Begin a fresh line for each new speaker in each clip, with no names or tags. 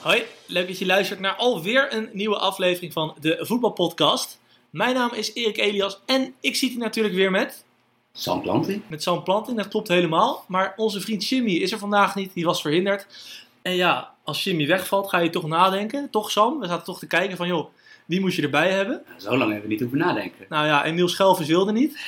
Hoi, leuk dat je luistert naar alweer een nieuwe aflevering van de Voetbalpodcast. Mijn naam is Erik Elias en ik zit hier natuurlijk weer met...
Sam Planting.
Met Sam Planting, dat klopt helemaal. Maar onze vriend Jimmy is er vandaag niet, die was verhinderd. En ja, als Jimmy wegvalt ga je toch nadenken. Toch Sam? We zaten toch te kijken van joh, wie moet je erbij hebben?
Zo lang hebben we niet hoeven nadenken.
Nou ja, Emiel Schelvis wilde niet.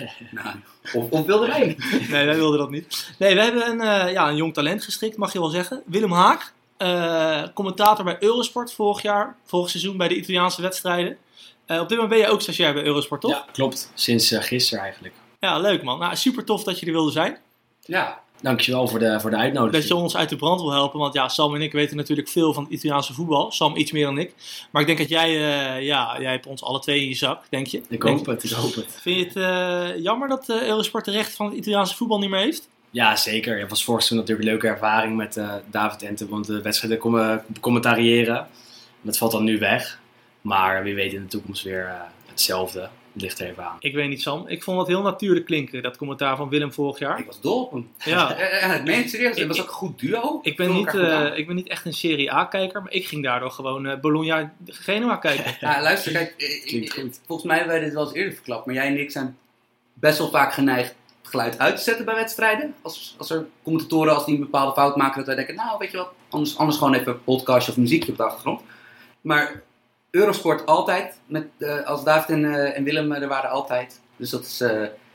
Of wilde wij niet?
Nee, wij wilden dat niet. Nee, we hebben een jong talent gestrikt, mag je wel zeggen. Willem Haak, commentator bij Eurosport vorig seizoen bij de Italiaanse wedstrijden. Op dit moment ben je ook stagiair bij Eurosport, toch?
Ja, klopt. Sinds gisteren eigenlijk.
Ja, leuk man. Nou, super tof dat je er wilde zijn.
Ja.
Dankjewel voor de uitnodiging.
Dat je ons uit de brand wil helpen, want ja, Sam en ik weten natuurlijk veel van het Italiaanse voetbal. Sam iets meer dan ik. Maar ik denk dat jij hebt ons alle twee in je zak, denk je?
Ik hoop het.
Vind je het jammer dat Eurosport de recht van het Italiaanse voetbal niet meer heeft?
Ja, zeker. Het was vorig seizoen natuurlijk een leuke ervaring met David Ente, want de wedstrijden commentariëren. Dat valt dan nu weg. Maar wie weet in de toekomst weer hetzelfde. Het ligt er even aan.
Ik weet niet, Sam. Ik vond het heel natuurlijk klinken, dat commentaar van Willem vorig jaar.
Ik was dol op hem.
Ja.
Het meen serieus. Het was ook een goed duo.
Ik ben niet echt een Serie A-kijker, maar ik ging daardoor gewoon Bologna-Genoa kijken.
Ja, luister, kijk. Volgens mij hebben wij dit wel eens eerder verklapt. Maar jij en ik zijn best wel vaak geneigd geluid uit te zetten bij wedstrijden. Als er commentatoren, als die een bepaalde fout maken, dat wij denken, nou weet je wat, anders gewoon even een podcastje of muziekje op de achtergrond. Maar Eurosport altijd, als David en Willem er waren altijd. Dus dat is,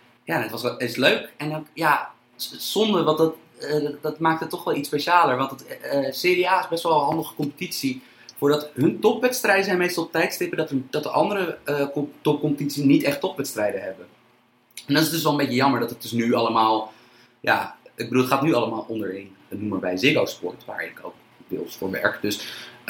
het is leuk. En ook, ja, zonde, want dat maakt het toch wel iets specialer. Want het Serie A is best wel een handige competitie. Voordat hun topwedstrijden zijn meestal op tijdstippen dat de andere topcompetities niet echt topwedstrijden hebben. En dat is dus wel een beetje jammer dat het dus nu allemaal, ja, ik bedoel, het gaat nu allemaal onderin. Noem maar bij Ziggo Sport, waar ik ook deels voor werk. Dus,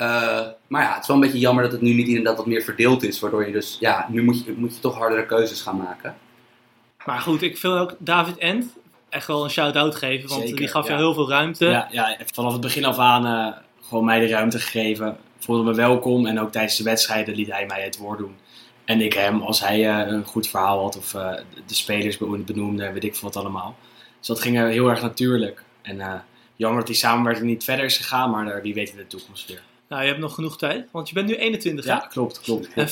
maar ja, het is wel een beetje jammer dat het nu niet inderdaad wat meer verdeeld is. Waardoor je dus, ja, nu moet je toch hardere keuzes gaan maken.
Maar goed, ik wil ook David Ent echt wel een shout-out geven. Want
Zeker,
die gaf jou heel veel ruimte.
Ja, vanaf het begin af aan gewoon mij de ruimte gegeven. Voelde me welkom en ook tijdens de wedstrijden liet hij mij het woord doen. En ik hem, als hij een goed verhaal had of de spelers benoemde, weet ik veel wat allemaal. Dus dat ging heel erg natuurlijk. En jammer dat die samenwerking niet verder is gegaan, maar wie weet in de toekomst weer.
Nou, je hebt nog genoeg tijd, want je bent nu 21, hè?
Ja, klopt.
En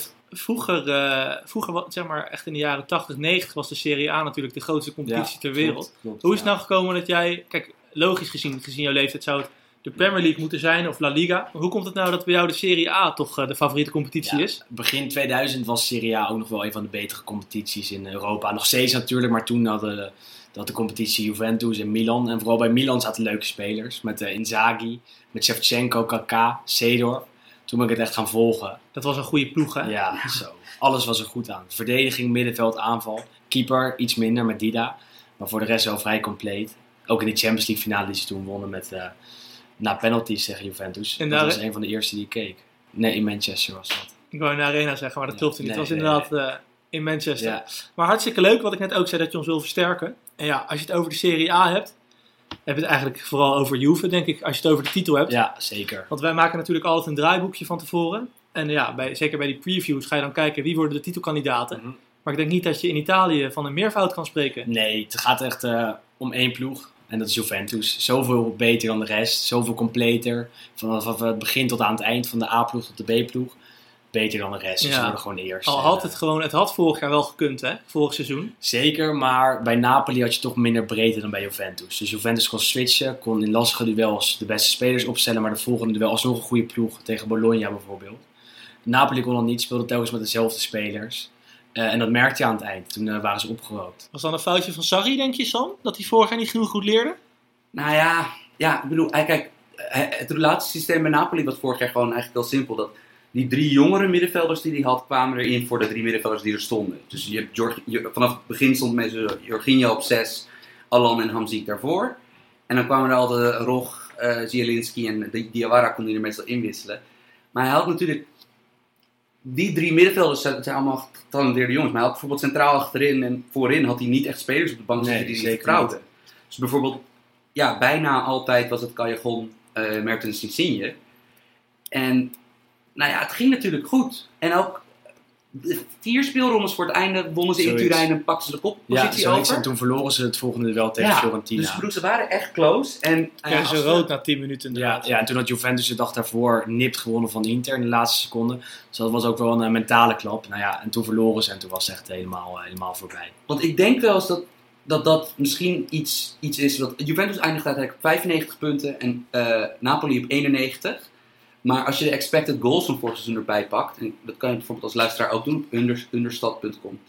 vroeger, zeg maar echt in de jaren 80, 90 was de Serie A natuurlijk de grootste competitie ter wereld.
Klopt,
Hoe is het nou gekomen dat jij, kijk, logisch gezien jouw leeftijd zou het de Premier League moeten zijn of La Liga. Maar hoe komt het nou dat bij jou de Serie A toch de favoriete competitie is?
Begin 2000 was Serie A ook nog wel een van de betere competities in Europa. Nog steeds natuurlijk, maar toen hadden de competitie Juventus en Milan. En vooral bij Milan zaten leuke spelers. Met Inzaghi, met Shevchenko, Kaká, Seedorf. Toen ben ik het echt gaan volgen.
Dat was een goede ploeg, hè?
Ja, zo. Alles was er goed aan. Verdediging, middenveld, aanval. Keeper, iets minder met Dida. Maar voor de rest wel vrij compleet. Ook in de Champions League finale die ze toen wonnen met... na penalties tegen Juventus. En dat was een van de eerste die ik keek. Nee, in Manchester was dat.
Ik wou in de Arena zeggen, maar dat klopt niet. Het was inderdaad in Manchester.
Ja.
Maar hartstikke leuk, wat ik net ook zei, dat je ons wil versterken. En ja, als je het over de Serie A hebt, heb je het eigenlijk vooral over Juve, denk ik, als je het over de titel hebt.
Ja, zeker.
Want wij maken natuurlijk altijd een draaiboekje van tevoren. En ja, zeker bij die previews ga je dan kijken wie worden de titelkandidaten.
Mm-hmm.
Maar ik denk niet dat je in Italië van een meervoud kan spreken.
Nee, het gaat echt om één ploeg. En dat is Juventus. Zoveel beter dan de rest. Zoveel completer. Vanaf het begin tot aan het eind. Van de A-ploeg tot de B-ploeg. Beter dan de rest. Dus ze worden gewoon eerst.
Al had het had vorig jaar wel gekund, hè? Vorig seizoen.
Zeker, maar bij Napoli had je toch minder breedte dan bij Juventus. Dus Juventus kon switchen. Kon in lastige duels de beste spelers opstellen. Maar de volgende duel alsnog een goede ploeg. Tegen Bologna bijvoorbeeld. Napoli kon dat niet. Speelde telkens met dezelfde spelers. En dat merkte je aan het eind. Toen waren ze opgerookt.
Was dan een foutje van Sarri, denk je, Sam? Dat hij vorig jaar niet genoeg goed leerde?
Nou ja, ik bedoel, kijk, het relatiesysteem bij Napoli was vorig jaar gewoon eigenlijk heel simpel. Dat die 3 jongere middenvelders die hij had, kwamen erin voor de 3 middenvelders die er stonden. Dus je hebt vanaf het begin stond met Jorginho op 6, Allan en Hamzik daarvoor. En dan kwamen er altijd Rog, Zielinski en Diawara kon hij er meestal inwisselen. Maar hij had natuurlijk... Die 3 middenvelders zijn allemaal getalenteerde jongens. Maar hij had bijvoorbeeld centraal achterin en voorin had hij niet echt spelers op de bank zitten die hij vertrouwde. Dus bijvoorbeeld, ja, bijna altijd was het Callejon, Mertens, Insigne. En nou ja, het ging natuurlijk goed. En ook 4 speelrondes voor het einde wonnen ze in Turijn en pakten ze de koppositie over.
En toen verloren ze het volgende duel tegen Fiorentina.
Dus ze waren echt close. En
ze rood na 10 minuten.
Ja, en toen had Juventus de dag daarvoor nipt gewonnen van Inter in de laatste seconde. Dus dat was ook wel een mentale klap. Nou ja, en toen verloren ze en toen was het echt helemaal voorbij.
Want ik denk wel eens dat misschien iets is. Dat Juventus eindigt uiteindelijk op 95 punten en Napoli op 91. Maar als je de expected goals van vorig seizoen erbij pakt, en dat kan je bijvoorbeeld als luisteraar ook doen op understat.com,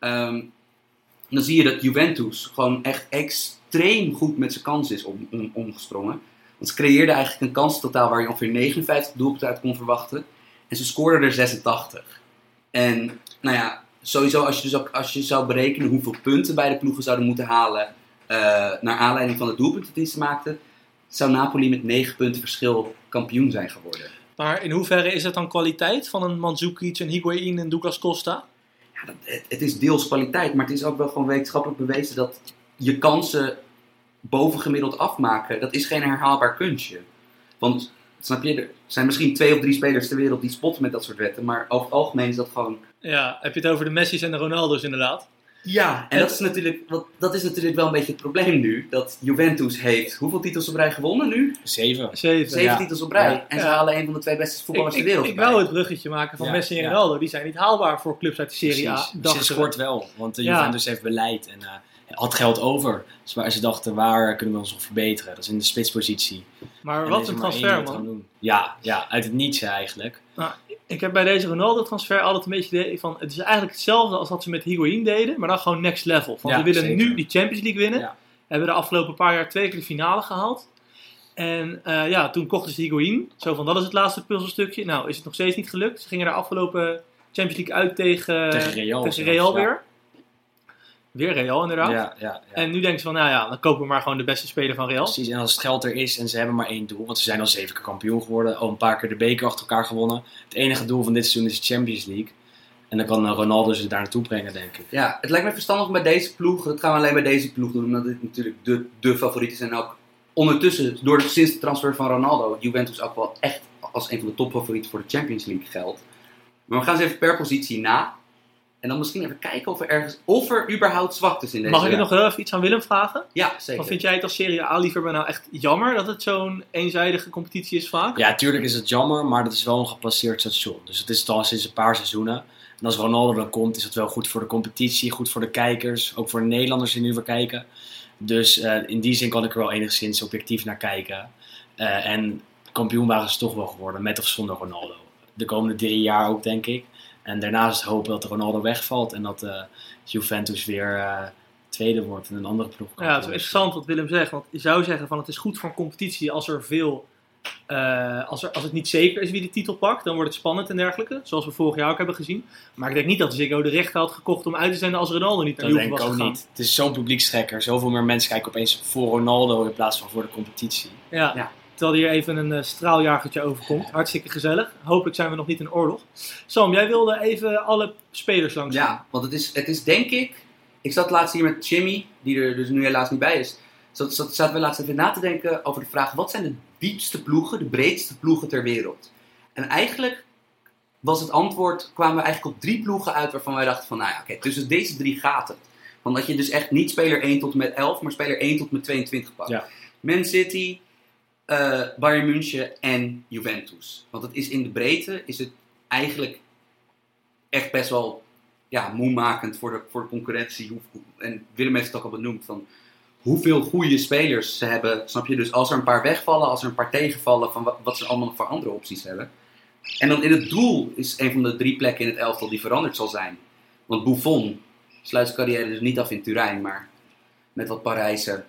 dan zie je dat Juventus gewoon echt extreem goed met zijn kans is omgesprongen. Want ze creëerden eigenlijk een kanstotaal waar je ongeveer 59 doelpunten uit kon verwachten. En ze scoorden er 86. En nou ja, sowieso als je zou berekenen hoeveel punten beide ploegen zouden moeten halen naar aanleiding van de doelpunten die ze maakten, zou Napoli met 9 punten verschil kampioen zijn geworden.
Maar in hoeverre is het dan kwaliteit van een Mandzukic, een Higuaín en Douglas Costa?
Ja, het is deels kwaliteit, maar het is ook wel gewoon wetenschappelijk bewezen dat je kansen bovengemiddeld afmaken, dat is geen herhaalbaar kunstje. Want, snap je, er zijn misschien 2 of 3 spelers ter wereld die spotten met dat soort wetten, maar over het algemeen is dat gewoon...
Ja, heb je het over de Messi's en de Ronaldo's inderdaad?
Ja, en dat is natuurlijk wel een beetje het probleem nu. Dat Juventus heeft hoeveel titels op rij gewonnen nu?
7
titels op rij. Ja. En ze halen een van de 2 beste voetballers ter wereld.
Ik wou het bruggetje maken van Messi en Ronaldo. Die zijn niet haalbaar voor clubs uit de Serie A.
Ze scoort wel, want de Juventus heeft beleid en had geld over. Dus waar ze dachten, waar kunnen we ons nog verbeteren? Dat is in de spitspositie.
Maar wat een transfer, man.
Ja, uit het niets eigenlijk.
Nou, ik heb bij deze Ronaldo-transfer altijd een beetje idee van, het is eigenlijk hetzelfde als wat ze met Higuaín deden, maar dan gewoon next level. Want we willen nu die Champions League winnen. Ja. Hebben de afgelopen paar jaar 2 keer de finale gehaald. En toen kochten ze Higuaín. Zo van, dat is het laatste puzzelstukje. Nou, is het nog steeds niet gelukt. Ze gingen de afgelopen Champions League uit tegen Real weer. Weer Real, inderdaad. Ja. En nu denken ze van, dan kopen we maar gewoon de beste speler van Real.
Precies, en als het geld er is en ze hebben maar 1 doel, want ze zijn al 7 keer kampioen geworden, al een paar keer de beker achter elkaar gewonnen. Het enige doel van dit seizoen is de Champions League. En dan kan Ronaldo ze daar naartoe brengen, denk ik.
Ja, het lijkt me verstandig om bij deze ploeg, dat gaan we alleen bij deze ploeg doen, omdat dit natuurlijk de favorieten zijn. En ook ondertussen, sinds de transfer van Ronaldo, Juventus ook wel echt als een van de topfavorieten voor de Champions League geldt. Maar we gaan ze even per positie na. En dan misschien even kijken of er überhaupt zwaktes in deze...
Mag ik nog heel even iets aan Willem vragen?
Ja, zeker.
Of vind jij het als Serie A liever nou echt jammer dat het zo'n eenzijdige competitie is vaak?
Ja, tuurlijk is het jammer, maar dat is wel een gepasseerd station. Dus het is al sinds een paar seizoenen. En als Ronaldo dan komt, is dat wel goed voor de competitie, goed voor de kijkers. Ook voor de Nederlanders die nu weer kijken. Dus in die zin kan ik er wel enigszins objectief naar kijken. En kampioen waren ze toch wel geworden, met of zonder Ronaldo. De komende 3 jaar ook, denk ik. En daarnaast hopen dat Ronaldo wegvalt en dat Juventus weer tweede wordt in een andere ploeg.
Ja, het is interessant wat Willem zegt. Want je zou zeggen van het is goed voor een competitie als er veel... als het niet zeker is wie de titel pakt, dan wordt het spannend en dergelijke. Zoals we vorig jaar ook hebben gezien. Maar ik denk niet dat Ziggo de rechten had gekocht om uit te zenden als Ronaldo niet naar Juve was gegaan. Dat denk ik ook niet.
Het is zo'n publiekstrekker. Zoveel meer mensen kijken opeens voor Ronaldo in plaats van voor de competitie.
Ja. Terwijl hier even een straaljagertje overkomt. Hartstikke gezellig. Hopelijk zijn we nog niet in oorlog. Sam, jij wilde even alle spelers langs.
Ja, want het is denk ik... Ik zat laatst hier met Jimmy, die er dus nu helaas niet bij is. Zaten we laatst even na te denken over de vraag... Wat zijn de diepste ploegen, de breedste ploegen ter wereld? En eigenlijk was het antwoord... Kwamen we eigenlijk op 3 ploegen uit waarvan wij dachten van... tussen deze 3 gaat het. Want dat je dus echt niet speler 1 tot en met 11... maar speler 1 tot en met 22 pakt. Ja. Man City... Bayern München en Juventus. Want het is in de breedte is het eigenlijk echt best wel moemakend voor de concurrentie. En Willem heeft het ook al benoemd van hoeveel goede spelers ze hebben. Snap je? Dus als er een paar wegvallen, als er een paar tegenvallen, van wat ze allemaal nog voor andere opties hebben. En dan in het doel is een van de 3 plekken in het elftal die veranderd zal zijn. Want Buffon sluit zijn carrière dus niet af in Turijn, maar met wat Parijse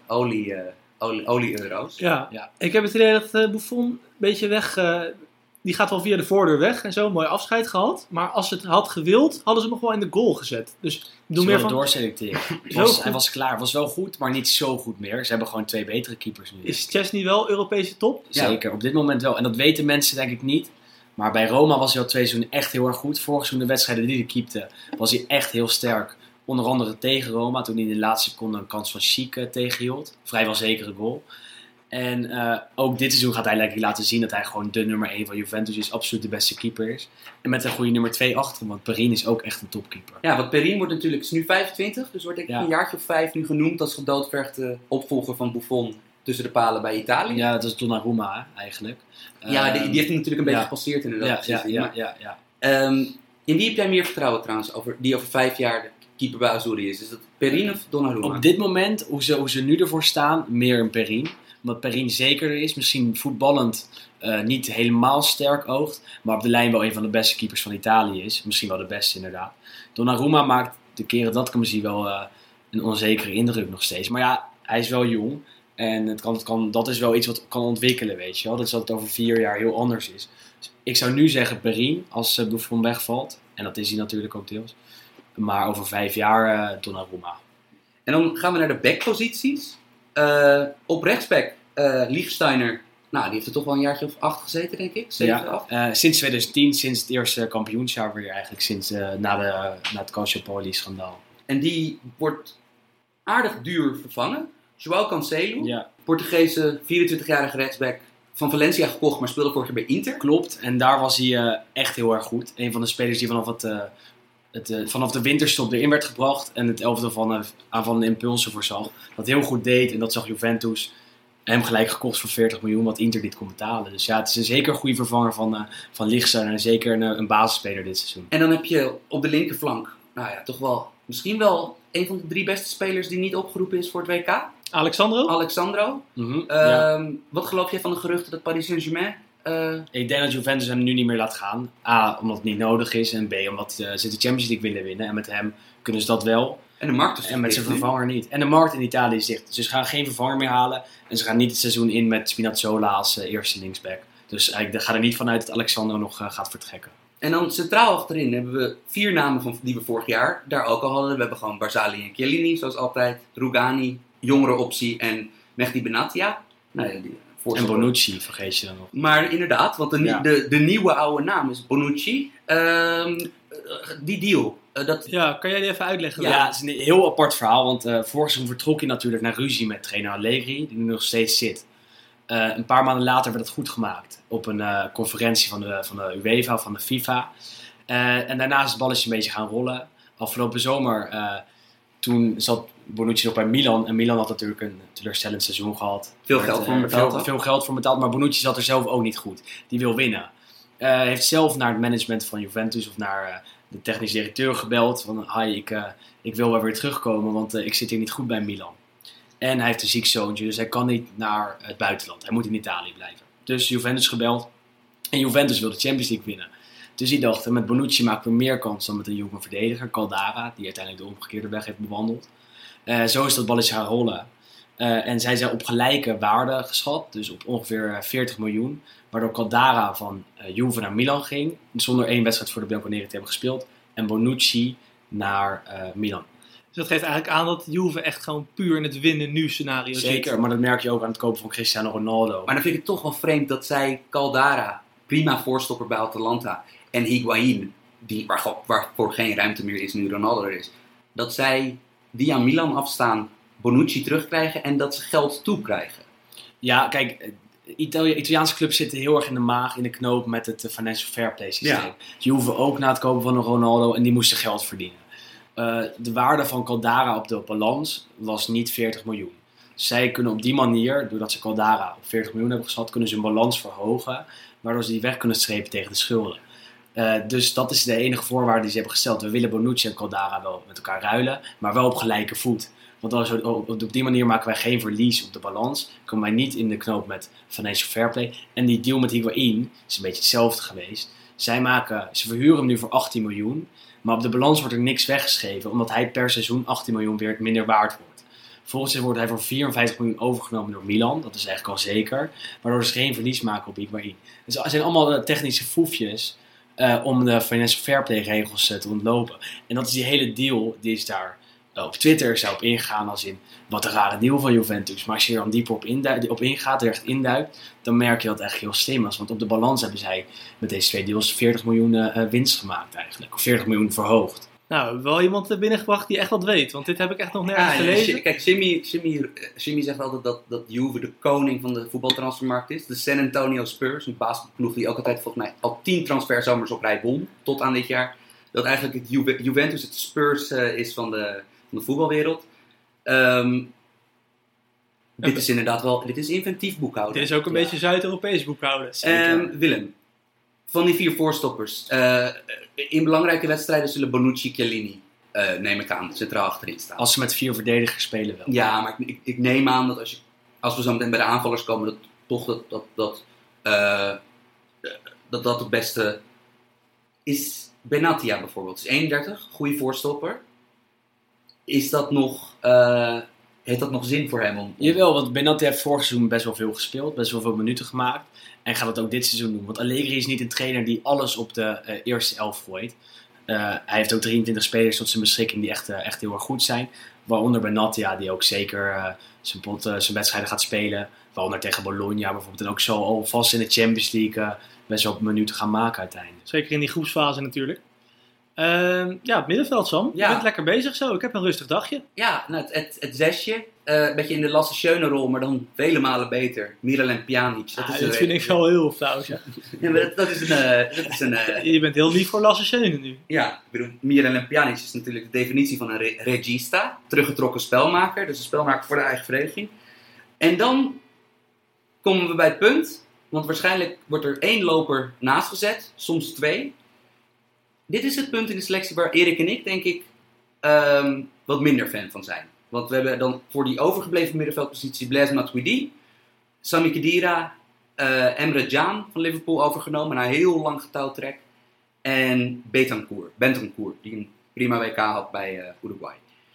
olie-euro's.
Ja, ik heb het idee dat Buffon een beetje weg... die gaat wel via de voordeur weg en zo. Mooi afscheid gehad. Maar als het had gewild, hadden ze nog wel in de goal gezet. Dus doe meer van...
doorselecteren. Hij was klaar. Het was wel goed, maar niet zo goed meer. Ze hebben gewoon 2 betere keepers nu.
Is Szczesny wel Europese top?
Zeker, op dit moment wel. En dat weten mensen denk ik niet. Maar bij Roma was hij al 2 seizoenen echt heel erg goed. Vorig seizoen de wedstrijden die hij keepte, was hij echt heel sterk. Onder andere tegen Roma, toen hij in de laatste seconde een kans van Chic tegenhield. Vrijwel zekere goal. En ook dit seizoen gaat hij lekker laten zien dat hij gewoon de nummer 1 van Juventus is. Absoluut de beste keeper is. En met een goede nummer 2 achter hem, want Perin is ook echt een topkeeper.
Ja, want Perin wordt natuurlijk, is nu 25, dus wordt denk ik een jaartje of 5 nu genoemd als gedoodverfde opvolger van Buffon tussen de palen bij Italië.
Ja, dat is Donnarumma eigenlijk.
Die heeft hem natuurlijk een beetje gepasseerd inderdaad.
Ja.
In wie heb jij meer vertrouwen trouwens, die over 5 jaar de keeper bij Azzurri is? Is dat Perin of Donnarumma?
Op dit moment, hoe ze nu ervoor staan, meer een Perin. Omdat Perin zekerder is, misschien voetballend niet helemaal sterk oogt, maar op de lijn wel een van de beste keepers van Italië is. Misschien wel de beste inderdaad. Donnarumma maakt de keren dat ik hem zie wel een onzekere indruk nog steeds. Maar ja, hij is wel jong en dat is wel iets wat kan ontwikkelen, weet je wel. Dat is dat het over 4 jaar heel anders is. Dus ik zou nu zeggen Perin als Buffon wegvalt. En dat is hij natuurlijk ook deels. Maar over 5 jaar Donnarumma.
En dan gaan we naar de backposities. Op rechtsback, Lichtsteiner, die heeft er toch wel een jaartje of 8 gezeten, denk ik. 7, 8.
Sinds 2010, sinds het eerste kampioensjaar weer eigenlijk, sinds na het Calciopoli-schandaal.
En die wordt aardig duur vervangen. João Cancelo, Portugese 24-jarige rechtsback, van Valencia gekocht, maar speelde vorig jaar bij Inter.
Klopt, en daar was hij echt heel erg goed. Een van de spelers die vanaf de winterstop erin werd gebracht en het elftal van aanvallende impulsen voorzag. Dat heel goed deed en dat zag Juventus hem gelijk gekocht voor 40 miljoen, wat Inter dit kon betalen. Dus ja, het is een zeker goede vervanger van Lichtsteiner en zeker een basisspeler dit seizoen.
En dan heb je op de linkerflank, toch wel, misschien wel een van de 3 beste spelers die niet opgeroepen is voor het WK. Alexandro.
Mm-hmm,
Wat geloof jij van de geruchten dat Paris Saint-Germain...
Ik denk dat Juventus hem nu niet meer laat gaan. A, omdat het niet nodig is. En B, omdat ze de Champions League willen winnen. En met hem kunnen ze dat wel.
En de markt is
en met zijn vervanger niet. En de markt in Italië is dicht. Dus ze gaan geen vervanger meer halen. En ze gaan niet het seizoen in met Spinazzola als eerste linksback. Dus ik ga er niet vanuit dat Alexandro nog gaat vertrekken.
En dan centraal achterin hebben we 4 namen die we vorig jaar daar ook al hadden. We hebben gewoon Barzali en Chiellini, zoals altijd. Rugani, jongere optie en Mehdi Benatia.
En Bonucci vergeet je dan nog.
Maar inderdaad, want de nieuwe oude naam is Bonucci. Die deal.
Kan jij die even uitleggen?
Ja, het is een heel apart verhaal. Want vorig seizoen vertrok hij natuurlijk naar ruzie met trainer Allegri, die nu nog steeds zit. Een paar maanden later werd het goed gemaakt. Op een conferentie van de UEFA, van de FIFA. En daarna is het balletje een beetje gaan rollen. Afgelopen zomer, toen zat Bonucci nog bij Milan. En Milan had natuurlijk een teleurstellend seizoen gehad.
Veel geld voor hem betaald.
Maar Bonucci zat er zelf ook niet goed. Die wil winnen. Heeft zelf naar het management van Juventus of naar de technisch directeur gebeld. Van, ik wil wel weer terugkomen, want ik zit hier niet goed bij Milan. En hij heeft een ziek zoontje, dus hij kan niet naar het buitenland. Hij moet in Italië blijven. Dus Juventus gebeld. En Juventus wil de Champions League winnen. Dus die dachten, met Bonucci maken we meer kans dan met een jonge verdediger, Caldara, die uiteindelijk de omgekeerde weg heeft bewandeld. Zo is dat balletje gaan rollen. En zij zijn op gelijke waarde geschat, dus op ongeveer 40 miljoen. Waardoor Caldara van Juve naar Milan ging, zonder 1 wedstrijd voor de Bianconeri te hebben gespeeld. En Bonucci naar Milan.
Dus dat geeft eigenlijk aan dat Juve echt gewoon puur in het winnen nu scenario zit.
Zeker, maar dat merk je ook aan het kopen van Cristiano Ronaldo.
Maar dan vind ik het toch wel vreemd dat zij Caldara, prima voorstopper bij Atalanta, en Higuain, waarvoor geen ruimte meer is nu Ronaldo er is, dat zij die aan Milan afstaan, Bonucci terugkrijgen en dat ze geld toekrijgen.
Ja, kijk, Italiaanse clubs zitten heel erg in de maag, in de knoop met het financial fair play systeem. Ja. Juve ook na het kopen van een Ronaldo en die moesten geld verdienen. De waarde van Caldara op de balans was niet 40 miljoen. Zij kunnen op die manier, doordat ze Caldara op 40 miljoen hebben geschat, kunnen ze hun balans verhogen, waardoor ze die weg kunnen strepen tegen de schulden. Dus dat is de enige voorwaarde die ze hebben gesteld. We willen Bonucci en Caldara wel met elkaar ruilen, maar wel op gelijke voet. Want op die manier maken wij geen verlies op de balans. Komen wij niet in de knoop met financial fair play. En die deal met Higuain is een beetje hetzelfde geweest. Ze verhuren hem nu voor 18 miljoen. Maar op de balans wordt er niks weggeschreven. Omdat hij per seizoen 18 miljoen weer minder waard wordt. Volgens hen wordt hij voor 54 miljoen overgenomen door Milan. Dat is eigenlijk al zeker. Waardoor ze geen verlies maken op Higuain. Dus het zijn allemaal technische foefjes om de financial fair play regels te ontlopen. En dat is die hele deal, die is daar op Twitter zou op ingaan als in wat een rare deal van Juventus. Maar als je er dan dieper op ingaat, er echt induikt, dan merk je dat het echt heel slim is. Want op de balans hebben zij met deze 2 deals 40 miljoen winst gemaakt eigenlijk. Of 40 miljoen verhoogd.
Nou, wel iemand binnengebracht die echt wat weet. Want dit heb ik echt nog nergens gelezen.
Kijk, Jimmy zegt altijd dat Juve de koning van de voetbaltransfermarkt is. De San Antonio Spurs, een basketploeg die ook altijd volgens mij al 10 transferzomers op rij won. Tot aan dit jaar. Dat eigenlijk het Juventus het Spurs is van de voetbalwereld. Dit is inderdaad wel, dit is inventief boekhouden.
Dit is ook een beetje Zuid-Europees boekhouden.
Willem, van die 4 voorstoppers. In belangrijke wedstrijden zullen Bonucci, Chiellini, neem ik aan, centraal achterin staan.
Als ze met 4 verdedigers spelen wel.
Ja, maar ik neem aan dat als we zo meteen bij de aanvallers komen, dat toch dat het beste is. Benatia bijvoorbeeld, is 31, goede voorstopper. Is dat nog... heeft dat nog zin voor hem?
Jawel, want Benatia heeft vorig seizoen best wel veel gespeeld. Best wel veel minuten gemaakt. En gaat het ook dit seizoen doen. Want Allegri is niet een trainer die alles op de eerste 11 gooit. Hij heeft ook 23 spelers tot zijn beschikking die echt heel erg goed zijn. Waaronder Benatia, die ook zeker zijn wedstrijden gaat spelen. Waaronder tegen Bologna bijvoorbeeld. En ook zo alvast in de Champions League best wel minuten gaan maken uiteindelijk.
Zeker in die groepsfase natuurlijk. Het middenveld, Sam. Je bent lekker bezig zo. Ik heb een rustig dagje.
Ja, nou, het zesje. Een beetje in de Lasse Schöne rol, maar dan vele malen beter. Miralem Pjanic.
Dat vind ik wel heel flauw. Ja.
Ja, maar dat is een
Je bent heel lief voor Lasse Schöne nu.
Ja, ik bedoel, Miralem Pjanic is natuurlijk de definitie van een regista. Teruggetrokken spelmaker. Dus een spelmaker voor de eigen vereniging. En dan komen we bij het punt. Want waarschijnlijk wordt er 1 loper naast gezet. Soms 2. Dit is het punt in de selectie waar Erik en ik, denk ik, wat minder fan van zijn. Want we hebben dan voor die overgebleven middenveldpositie Blaise Matuidi, Sami Khedira, Emre Can van Liverpool overgenomen na heel lang getouwtrek. En Bentancur, die een prima WK had bij Uruguay.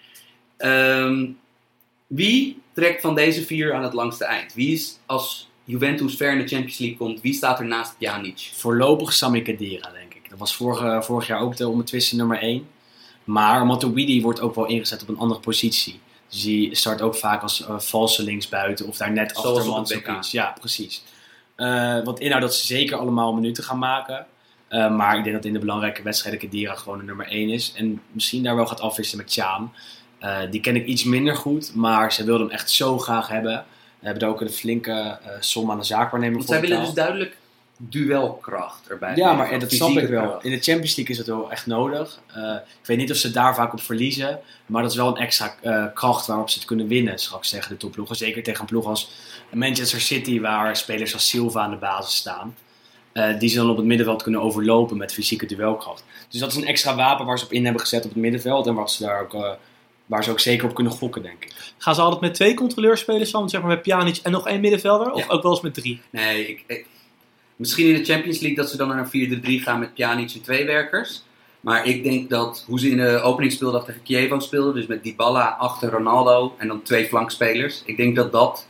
Wie trekt van deze 4 aan het langste eind? Wie is, als Juventus ver in de Champions League komt, wie staat er naast Pjanic?
Voorlopig Sami Khedira, denk ik. Dat was vorig jaar ook de onbetwiste nummer 1. Maar Matuidi wordt ook wel ingezet op een andere positie. Dus die start ook vaak als valse linksbuiten of daar net achter Mandzukic. Ja, precies. Wat inhoudt dat ze zeker allemaal minuten gaan maken. Maar ik denk dat in de belangrijke wedstrijden Khedira gewoon de nummer 1 is. En misschien daar wel gaat afwisselen met Can. Die ken ik iets minder goed, maar ze wilden hem echt zo graag hebben. We hebben daar ook een flinke som aan de zaakwaarnemer voor
betaald. Zij willen dus duidelijk duelkracht erbij.
Ja, maar dat snap ik wel. In de Champions League is dat wel echt nodig. Ik weet niet of ze daar vaak op verliezen. Maar dat is wel een extra kracht waarop ze het kunnen winnen straks tegen de topploegen. Zeker tegen een ploeg als Manchester City, waar spelers als Silva aan de basis staan. Die ze dan op het middenveld kunnen overlopen met fysieke duelkracht. Dus dat is een extra wapen waar ze op in hebben gezet op het middenveld. En waar ze ook zeker op kunnen gokken, denk ik.
Gaan ze altijd met 2 controleurs spelen, Sam? Zeg maar met Pjanic en nog 1 middenvelder? Of ook wel eens met 3?
Nee, misschien in de Champions League dat ze dan naar een 4-3 gaan met Pjanic en 2 werkers. Maar ik denk dat hoe ze in de openingsspeeldag tegen Chievo speelden, dus met Dybala achter Ronaldo en dan 2 flankspelers. Ik denk dat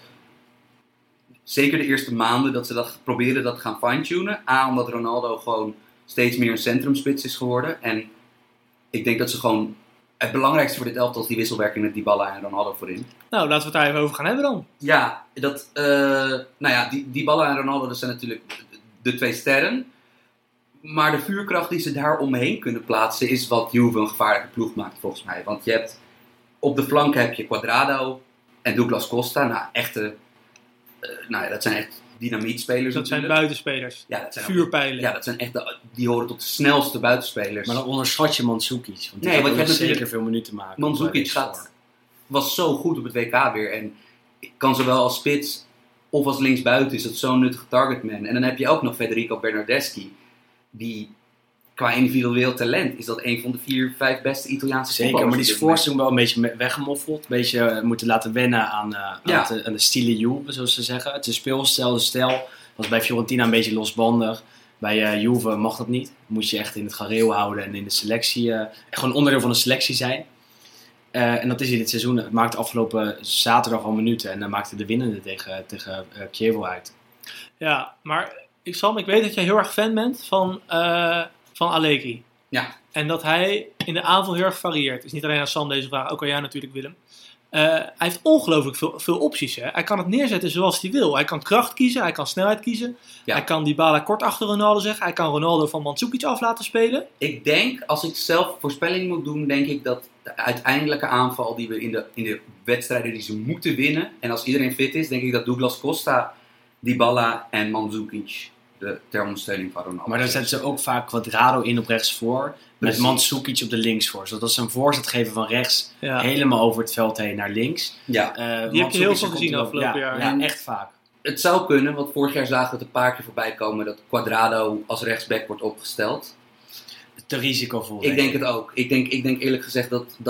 zeker de eerste maanden, dat ze dat proberen dat gaan fine-tunen. Omdat Ronaldo gewoon steeds meer een centrumspits is geworden. En ik denk dat ze gewoon... Het belangrijkste voor dit elftal is die wisselwerking met Dybala en Ronaldo voorin.
Nou, laten we het daar even over gaan hebben dan.
Ja, Dybala en Ronaldo, dat zijn natuurlijk de 2 sterren. Maar de vuurkracht die ze daar omheen kunnen plaatsen is wat Juve een gevaarlijke ploeg maakt volgens mij. Want je hebt op de flank heb je Cuadrado en Douglas Costa. Dat zijn echt dynamietspelers.
Dat zijn buitenspelers.
Ja, dat zijn
vuurpijlen.
Ja, dat zijn echt die horen tot de snelste buitenspelers.
Maar dan onderschat je Mandzukic. Want die gaat zeker veel minuten maken.
Mandzukic was zo goed op het WK weer. En kan zowel als spits of als linksbuiten is dat zo'n nuttige targetman. En dan heb je ook nog Federico Bernardeschi. Die qua individueel talent is dat een van de 4-5 beste Italiaanse
zeker, maar die is voorseizoen wel een beetje weggemoffeld. Een beetje moeten laten wennen aan de stile Juve, zoals ze zeggen. Het is speelstijl, de stijl. Was bij Fiorentina een beetje losbandig. Bij Juve mag dat niet. Moet je echt in het gareel houden en in de selectie. Gewoon onderdeel van de selectie zijn. En dat is in dit seizoen. Het maakte afgelopen zaterdag al minuten. En dan maakte de winnende tegen Chievo uit.
Ja, maar ik weet dat jij heel erg fan bent van Allegri.
Ja.
En dat hij in de aanval heel erg varieert. Het is niet alleen aan Sam deze vraag, ook aan jou natuurlijk, Willem. Hij heeft ongelooflijk veel opties. Hè? Hij kan het neerzetten zoals hij wil. Hij kan kracht kiezen, hij kan snelheid kiezen. Ja. Hij kan Dybala kort achter Ronaldo zeggen. Hij kan Ronaldo van Mandzukic af laten spelen.
Ik denk, als ik zelf voorspelling moet doen, denk ik dat de uiteindelijke aanval die we in de wedstrijden die ze moeten winnen, en als iedereen fit is, denk ik dat Douglas Costa, Dybala en Mandzukic ter ondersteuning van Ronaldo.
Maar dan zetten ze ook vaak Cuadrado in op rechts voor, met Mandzukic op de links voor. Zodat ze een voorzet geven van rechts helemaal over het veld heen naar links.
Ja.
Die heb je heel veel gezien afgelopen jaar.
Ja, echt vaak.
Het zou kunnen, want vorig jaar zagen we het een paar keer voorbij komen dat Cuadrado als rechtsback wordt opgesteld.
Te risicovol.
Ik denk het ook. Ik denk eerlijk gezegd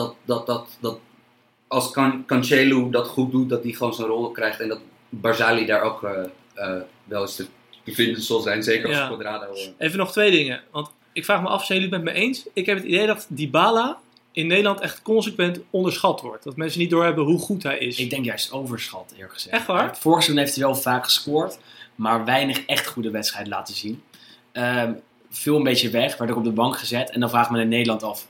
dat als Cancelo dat goed doet, dat hij gewoon zijn rol krijgt en dat Barzali daar ook wel eens te vinden zal zijn. Zeker als Cuadrado.
Even nog 2 dingen. Want ik vraag me af, zijn jullie het met me eens? Ik heb het idee dat Dybala in Nederland echt consequent onderschat wordt. Dat mensen niet doorhebben hoe goed hij is.
Ik denk juist overschat, eerlijk gezegd.
Echt waar?
Vorig seizoen heeft hij wel vaak gescoord, maar weinig echt goede wedstrijden laten zien. Veel een beetje weg, werd ook op de bank gezet. En dan vraagt men in Nederland af,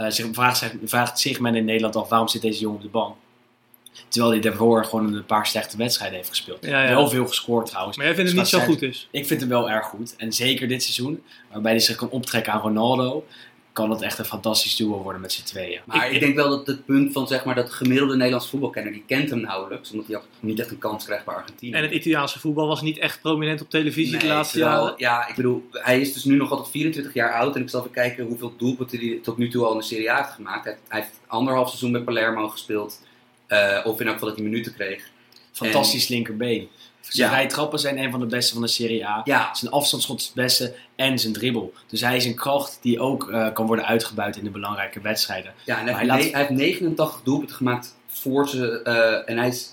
vraagt zich men in Nederland af, waarom zit deze jongen op de bank? Terwijl hij daarvoor gewoon een paar slechte wedstrijden heeft gespeeld.
Ja.
Wel veel gescoord trouwens.
Maar jij vindt het niet zo goed is?
Ik vind hem wel erg goed. En zeker dit seizoen, waarbij hij zich kan optrekken aan Ronaldo, kan het echt een fantastisch duo worden met z'n tweeën.
Maar ik denk wel dat het punt van zeg maar dat gemiddelde Nederlands voetbalkenner, die kent hem nauwelijks, omdat hij ook niet echt een kans krijgt bij Argentinië.
En het Italiaanse voetbal was niet echt prominent op televisie de laatste jaren.
Ja, ik bedoel, hij is dus nu nog altijd 24 jaar oud en ik zal even kijken hoeveel doelpunten hij tot nu toe al in de Serie A heeft gemaakt. Hij heeft 1,5 seizoen bij Palermo gespeeld, of in elk geval dat hij minuten kreeg.
Fantastisch linkerbeen. Zijn vrije trappen zijn een van de beste van de Serie A.
Ja.
Zijn afstandsschot is het beste en zijn dribbel. Dus hij is een kracht die ook kan worden uitgebuit in de belangrijke wedstrijden.
Ja, en hij heeft 89 doelpunten gemaakt voor ze. En hij is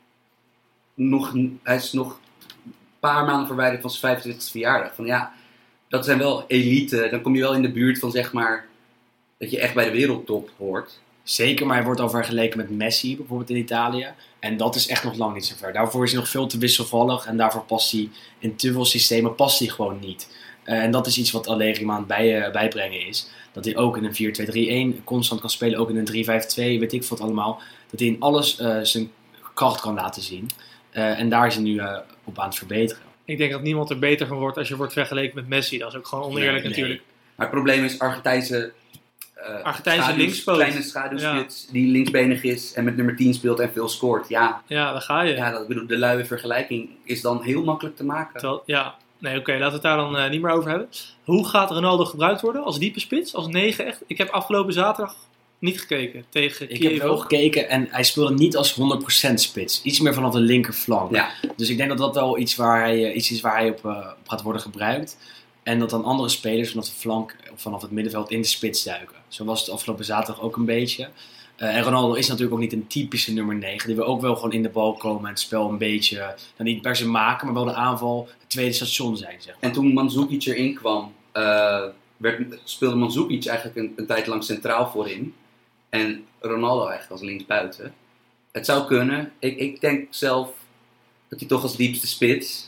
nog een paar maanden verwijderd van zijn 25e verjaardag. Van ja, dat zijn wel elite. Dan kom je wel in de buurt van zeg maar dat je echt bij de wereldtop hoort.
Zeker, maar hij wordt al vergeleken met Messi bijvoorbeeld in Italië. En dat is echt nog lang niet zo ver. Daarvoor is hij nog veel te wisselvallig. En daarvoor past hij in te veel systemen gewoon niet. En dat is iets wat Allegri aan het bijbrengen is. Dat hij ook in een 4-2-3-1 constant kan spelen. Ook in een 3-5-2, weet ik wat allemaal. Dat hij in alles zijn kracht kan laten zien. En daar is hij nu op aan het verbeteren.
Ik denk dat niemand er beter van wordt als je wordt vergeleken met Messi. Dat is ook gewoon oneerlijk natuurlijk.
Maar het probleem is Argentijnse
linkspoot.
Kleine schaduwspits die linksbenig is en met nummer 10 speelt en veel scoort. Ja,
daar ga je.
Ja, de luie vergelijking is dan heel makkelijk te maken.
Oké, laten we het daar dan niet meer over hebben. Hoe gaat Ronaldo gebruikt worden? Als diepe spits? Als 9 echt? Ik heb afgelopen zaterdag niet gekeken tegen Kiev.
Ik heb wel gekeken en hij speelde niet als 100% spits. Iets meer vanaf de linkerflank.
Ja.
Dus ik denk dat dat wel iets is waar hij op gaat worden gebruikt. En dat dan andere spelers vanaf de flank of vanaf het middenveld in de spits duiken. Zo was het afgelopen zaterdag ook een beetje. En Ronaldo is natuurlijk ook niet een typische nummer 9. Die wil ook wel gewoon in de bal komen en het spel een beetje, dan niet per se maken, maar wel de aanval het tweede station zijn. Zeg maar.
En toen Mandzukic erin kwam, speelde Mandzukic eigenlijk een tijd lang centraal voorin. En Ronaldo eigenlijk als linksbuiten. Het zou kunnen. Ik denk zelf dat hij toch als diepste spits...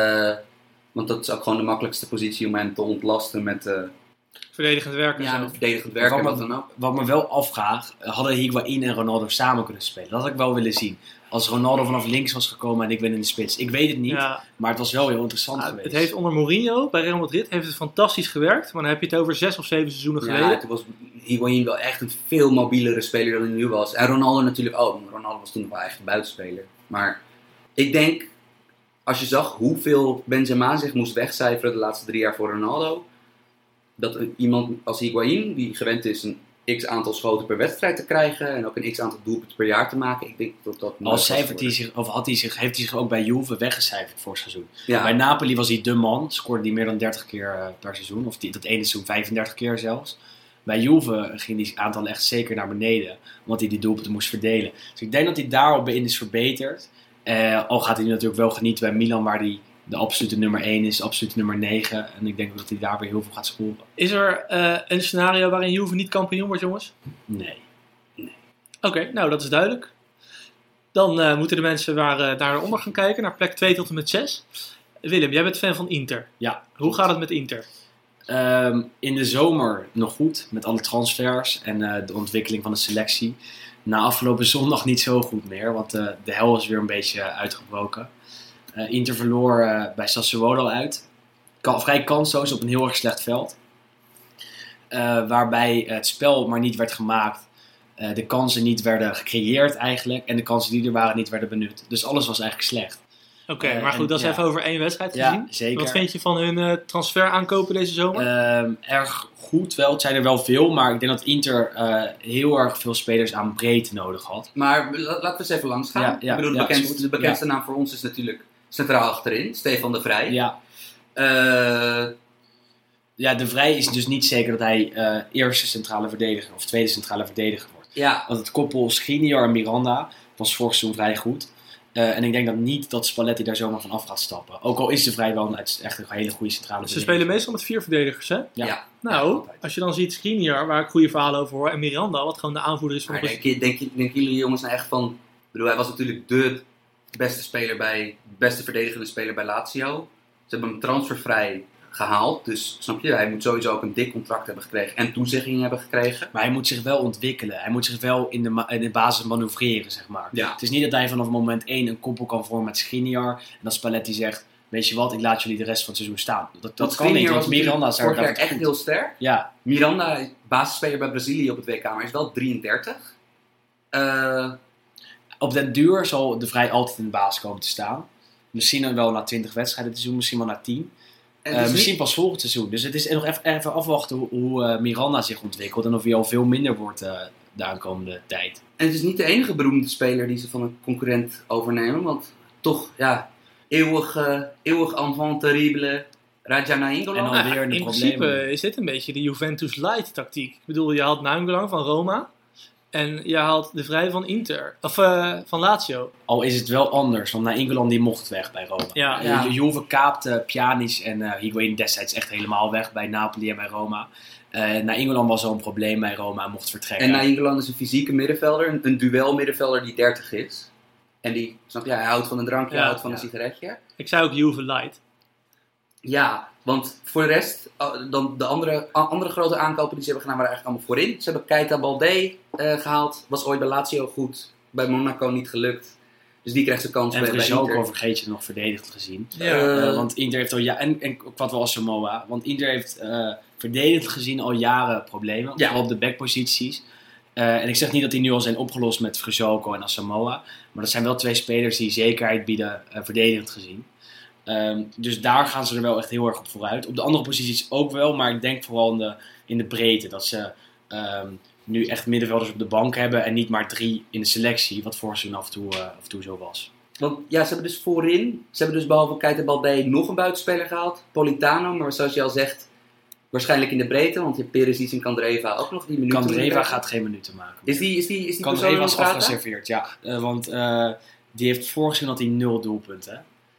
want dat is ook gewoon de makkelijkste positie om hem te ontlasten met...
verdedigend werken.
Ja, verdedigend werken.
Wat me wel afvraag, hadden Higuaín en Ronaldo samen kunnen spelen? Dat had ik wel willen zien. Als Ronaldo vanaf links was gekomen en ik ben in de spits. Ik weet het niet, maar het was wel heel interessant geweest.
Het heeft onder Mourinho bij Real Madrid heeft het fantastisch gewerkt. Maar dan heb je het over 6 of 7 seizoenen geleden.
Ja, toen was Higuaín wel echt een veel mobielere speler dan hij nu was. En Ronaldo natuurlijk ook. Ronaldo was toen nog wel echt een buitenspeler. Maar ik denk, als je zag hoeveel Benzema zich moest wegcijferen de laatste 3 jaar voor Ronaldo, dat iemand als Higuaín, die gewend is een x-aantal schoten per wedstrijd te krijgen en ook een x-aantal doelpunten per jaar te maken, ik denk dat
als cijfert hij zich, of heeft hij zich ook bij Juve weggecijferd voor het seizoen.
Ja.
Bij Napoli was hij de man, scoorde hij meer dan 30 keer per seizoen, of dat ene seizoen 35 keer zelfs. Bij Juve ging die aantal echt zeker naar beneden, omdat hij die doelpunten moest verdelen. Dus ik denk dat hij daarop in is verbeterd. Al gaat hij natuurlijk wel genieten bij Milan, waar hij de absolute nummer 1 is, de absolute nummer 9. En ik denk dat hij daar weer heel veel gaat scoren.
Is er een scenario waarin Juve niet kampioen wordt, jongens?
Nee.
Oké, nou dat is duidelijk. Dan moeten de mensen daaronder gaan kijken, naar plek 2 tot en met 6. Willem, jij bent fan van Inter.
Ja.
Hoe gaat het met Inter?
In de zomer nog goed, met alle transfers en de ontwikkeling van de selectie. na afgelopen zondag niet zo goed meer. Want de hel is weer een beetje uitgebroken. Inter verloor bij Sassuolo uit. Vrij kansloos op een heel erg slecht veld. Waarbij het spel maar niet werd gemaakt. De kansen niet werden gecreëerd eigenlijk. En de kansen die er waren niet werden benut. Dus alles was eigenlijk slecht.
Oké, maar goed, dat is even over 1 wedstrijd gezien.
Ja, zeker.
Wat vind je van hun transfer aankopen deze zomer?
Erg goed wel. Het zijn er wel veel. Maar ik denk dat Inter heel erg veel spelers aan breedte nodig had.
Maar laten we eens even langs gaan.
Ja,
ik bedoel, de bekendste naam voor ons is natuurlijk centraal achterin. Stefan de Vrij.
Ja. De Vrij is dus niet zeker dat hij eerste centrale verdediger of tweede centrale verdediger wordt.
Ja.
Want het koppel Skriniar en Miranda was vorig seizoen vrij goed. En ik denk dat niet dat Spalletti daar zomaar van af gaat stappen. Ook al is de Vrij wel echt een hele goede centrale
Ze spelen meestal met 4 verdedigers, hè?
Ja.
Nou, als je dan ziet Skriniar, waar ik goede verhalen over hoor, en Miranda, wat gewoon de aanvoerder is van de
Denken jullie jongens nou echt van... Ik bedoel, hij was natuurlijk de beste verdedigende speler bij Lazio. Ze hebben hem transfervrij gehaald. Dus snap je, hij moet sowieso ook een dik contract hebben gekregen en toezeggingen hebben gekregen.
Maar hij moet zich wel ontwikkelen. Hij moet zich wel in de basis manoeuvreren, zeg maar.
Ja.
Het is niet dat hij vanaf moment 1 een koppel kan vormen met Skriniar. En dat Spalletti zegt, weet je wat, ik laat jullie de rest van het seizoen staan. Dat kan niet, want Miranda is
vorig jaar echt heel sterk.
Ja.
Miranda, basisspeler bij Brazilië op het WK, maar is wel 33.
Op den duur zal de Vrij altijd in de basis komen te staan. Misschien dan wel na 20 wedstrijden dit seizoen, misschien wel na 10. Misschien pas volgend seizoen. Dus het is nog even afwachten hoe Miranda zich ontwikkelt. En of hij al veel minder wordt de aankomende tijd.
En het is niet de enige beroemde speler die ze van een concurrent overnemen. Want toch, ja, eeuwig enfant terrible Raja Nainggolan.
En alweer
in principe is dit een beetje de Juventus Light tactiek. Ik bedoel, je haalt Nainggolan van Roma. En je haalt de Vrij van Inter. Of van Lazio.
Al is het wel anders. Want Nainggolan die mocht weg bij Roma.
Ja.
Juve kaapte Pjanic en Higuain destijds echt helemaal weg bij Napoli en bij Roma. Nainggolan was al een probleem bij Roma en mocht vertrekken.
En Nainggolan is een fysieke middenvelder. Een duel middenvelder die 30 is. En die, snap je, hij houdt van een drankje, hij houdt van een sigaretje.
Ik zei ook Juve Light.
Ja, want voor de rest, dan de andere grote aankopen die ze hebben gedaan waren eigenlijk allemaal voorin. Ze hebben Keita Balde gehaald, was ooit bij Lazio goed, bij Monaco niet gelukt. Dus die krijgt zijn kans bij Inter.
Vergeet je nog verdedigd gezien.
Ja.
Want Inter heeft al en wat wel als Samoa. Want Inter heeft verdedigd gezien al jaren problemen, vooral op de backposities. En ik zeg niet dat die nu al zijn opgelost met Vrjoko en Asamoah. Maar dat zijn wel 2 spelers die zekerheid bieden, verdedigend gezien. Dus daar gaan ze er wel echt heel erg op vooruit. Op de andere posities ook wel, maar ik denk vooral in de breedte. Dat ze nu echt middenvelders op de bank hebben en niet maar 3 in de selectie. Wat vorig seizoen af en toe zo was.
Want ja, ze hebben dus voorin, behalve Keita Balde nog een buitenspeler gehaald. Politano, maar zoals je al zegt, waarschijnheeft in de breedte. Want je hebt Perisic en Kandreva ook nog die minuten.
Kandreva gaat geen minuten maken.
Is die
Kandreva is afgeserveerd, ja. Want die heeft vorig seizoen had hij 0 doelpunten.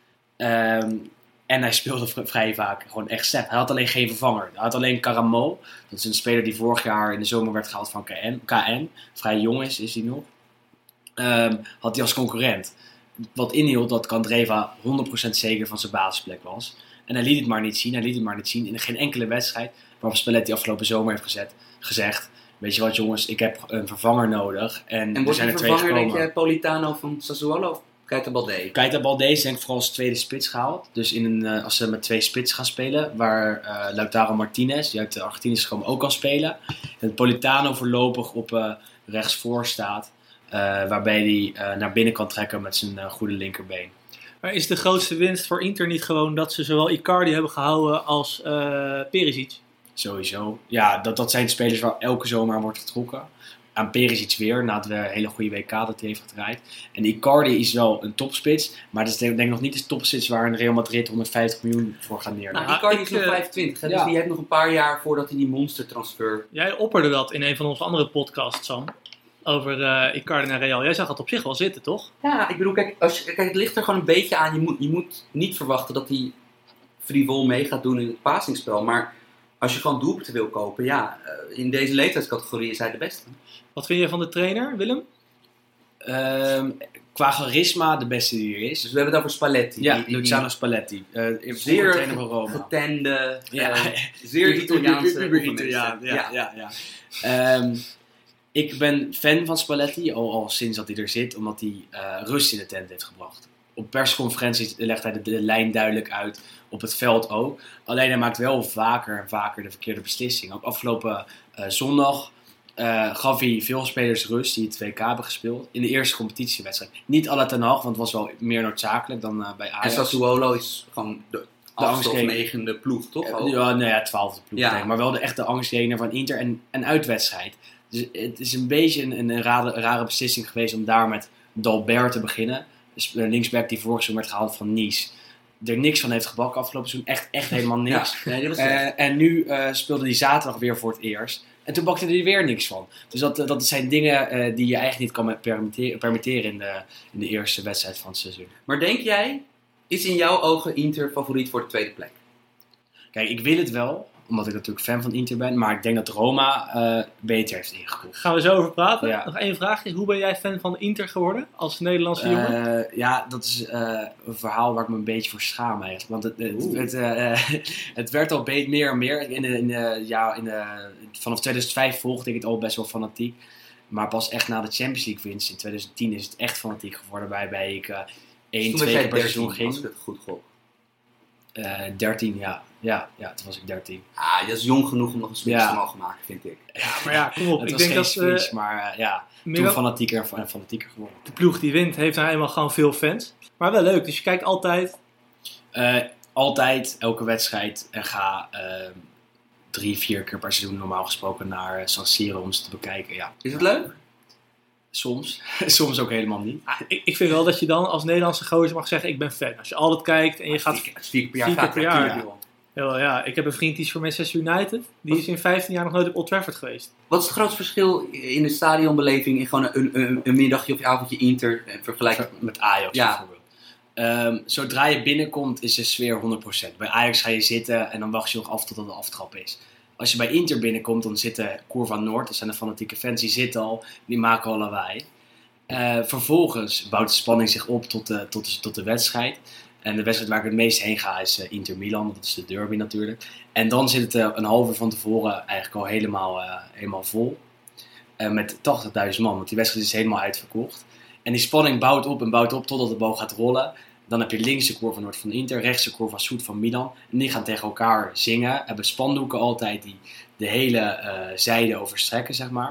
En hij speelde vrij vaak gewoon echt slecht. Hij had alleen geen vervanger. Hij had alleen Karamo. Dat is een speler die vorig jaar in de zomer werd gehaald van KN. Vrij jong is hij nog. Had hij als concurrent. Wat inhield dat Kandreva 100% zeker van zijn basisplek was. En hij liet het maar niet zien. In geen enkele wedstrijd waarop Spalletti afgelopen zomer heeft gezegd... Weet je wat jongens, ik heb een vervanger nodig. En
wordt die vervanger, denk je, Politano van Sassuolo of Keita Balde?
Keita Balde is denk ik vooral als tweede spits gehaald. Dus als ze met 2 spits gaan spelen, waar Lautaro Martinez, die uit de Argentinië is gekomen, ook kan spelen. En Politano voorlopig op rechtsvoor staat. Waarbij hij naar binnen kan trekken met zijn goede linkerbeen.
Maar is de grootste winst voor Inter niet gewoon dat ze zowel Icardi hebben gehouden als Perisic?
Sowieso. Ja, dat zijn spelers waar elke zomer aan wordt getrokken. Aan Perisic weer, na het hele goede WK dat hij heeft gedraaid. En Icardi is wel een topspits, maar dat is denk ik nog niet de topspits waar een Real Madrid 150 miljoen voor gaat neerleggen.
Nou, Icardi is nog 25, hè? Dus die heeft nog een paar jaar voordat hij die monstertransfer...
Jij opperde dat in een van onze andere podcasts, Sam. Over Icardi naar Real. Jij zag het op zich wel zitten, toch?
Ja, ik bedoel, kijk, het ligt er gewoon een beetje aan. Je moet niet verwachten dat hij frivol mee gaat doen in het passingspel. Maar als je gewoon doelpunten wil kopen, ja, in deze leeftijdscategorie is hij de beste.
Wat vind je van de trainer, Willem?
Qua charisma de beste die er is.
Dus we hebben het over Spalletti.
Ja, Luciano Spalletti.
Zeer
trainer van Roma.
getende, zeer Italiaanse.
Uber-Italiaan, ja. Ik ben fan van Spalletti, al sinds dat hij er zit, omdat hij rust in de tent heeft gebracht. Op persconferenties legt hij de lijn duidelijk uit, op het veld ook. Alleen hij maakt wel vaker en vaker de verkeerde beslissing. Ook afgelopen zondag gaf hij veel spelers rust die het WK hebben gespeeld. In de eerste competitiewedstrijd. Niet alle Ten Hag, want het was wel meer noodzakelijk dan bij Ajax.
En Sassuolo is gewoon de achtste of negende ploeg, toch?
Ja, 12e ploeg. Ja. Denk ik. Maar wel de echte angstjener van Inter en uitwedstrijd. Dus het is een beetje een rare beslissing geweest om daar met Dalbert te beginnen. Dus linksback die vorig seizoen werd gehaald van Nice. Er niks van heeft gebakken afgelopen seizoen. Echt helemaal niks.
Ja, nee, dat was
en nu speelde hij zaterdag weer voor het eerst. En toen bakte hij er weer niks van. Dus dat zijn dingen die je eigenlijk niet kan permitteren in de eerste wedstrijd van het seizoen.
Maar denk jij, is in jouw ogen Inter favoriet voor de tweede plek?
Kijk, ik wil het wel. Omdat ik natuurlijk fan van Inter ben. Maar ik denk dat Roma beter heeft ingekocht.
Gaan we zo over praten. Ja. Nog één vraagje. Hoe ben jij fan van Inter geworden als Nederlandse jongen?
Ja, dat is een verhaal waar ik me een beetje voor schaam eigenlijk. Want het werd al meer en meer. Vanaf 2005 volgde ik het al best wel fanatiek. Maar pas echt na de Champions League winst in 2010 is het echt fanatiek geworden. Waarbij ik 1-2 keer per seizoen ging.
Als ik het goed gok.
13, ja. Ja, toen was ik 13.
Ah, dat is jong genoeg om nog een switch te mogen maken, vind ik.
Ja, maar ja, kom op.
Het
ik
was
denk
geen
dat
switch, maar toen fanatieker en fanatieker geworden.
De ploeg die wint heeft nou eenmaal gewoon veel fans. Maar wel leuk, dus je kijkt altijd...
Altijd, elke wedstrijd. En ga 3-4 keer per seizoen normaal gesproken naar San Siro om ze te bekijken. Ja.
Is het leuk?
Soms. Soms ook helemaal niet.
Ik vind wel dat je dan als Nederlandse gozer mag zeggen, ik ben fan. Als je altijd kijkt en je gaat
4 keer per jaar.
Ja, ik heb een vriend die is voor Manchester United. Die is in 15 jaar nog nooit op Old Trafford geweest.
Wat is het grootste verschil in de stadionbeleving in gewoon een middagje of avondje Inter vergelijken
met Ajax bijvoorbeeld? Zodra je binnenkomt is de sfeer 100%. Bij Ajax ga je zitten en dan wacht je nog af tot het de aftrap is. Als je bij Inter binnenkomt, dan zitten Curva Noord, dat zijn de fanatieke fans, die zitten al, die maken al lawaai. Vervolgens bouwt de spanning zich op tot de wedstrijd. En de wedstrijd waar ik het meest heen ga is Inter Milan, dat is de derby natuurlijk. En dan zit het een half uur van tevoren eigenlijk al helemaal vol. Met 80.000 man, want die wedstrijd is helemaal uitverkocht. En die spanning bouwt op totdat de bal gaat rollen. Dan heb je links de Curva Noord van Inter, rechts de Curva Sud van Milan. En die gaan tegen elkaar zingen. Hebben spandoeken altijd die de hele zijde overstrekken, zeg maar.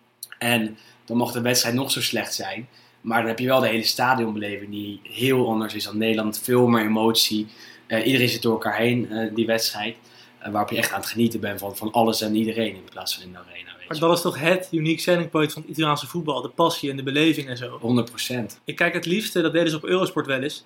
En dan mag de wedstrijd nog zo slecht zijn. Maar dan heb je wel de hele stadionbeleving die heel anders is dan Nederland. Veel meer emotie. Iedereen zit door elkaar heen, die wedstrijd. Waarop je echt aan het genieten bent van alles en iedereen in plaats van in de arena.
Maar dat is toch het unique selling point van het Italiaanse voetbal. De passie en de beleving en zo.
100%.
Ik kijk het liefste, dat deden ze op Eurosport wel eens.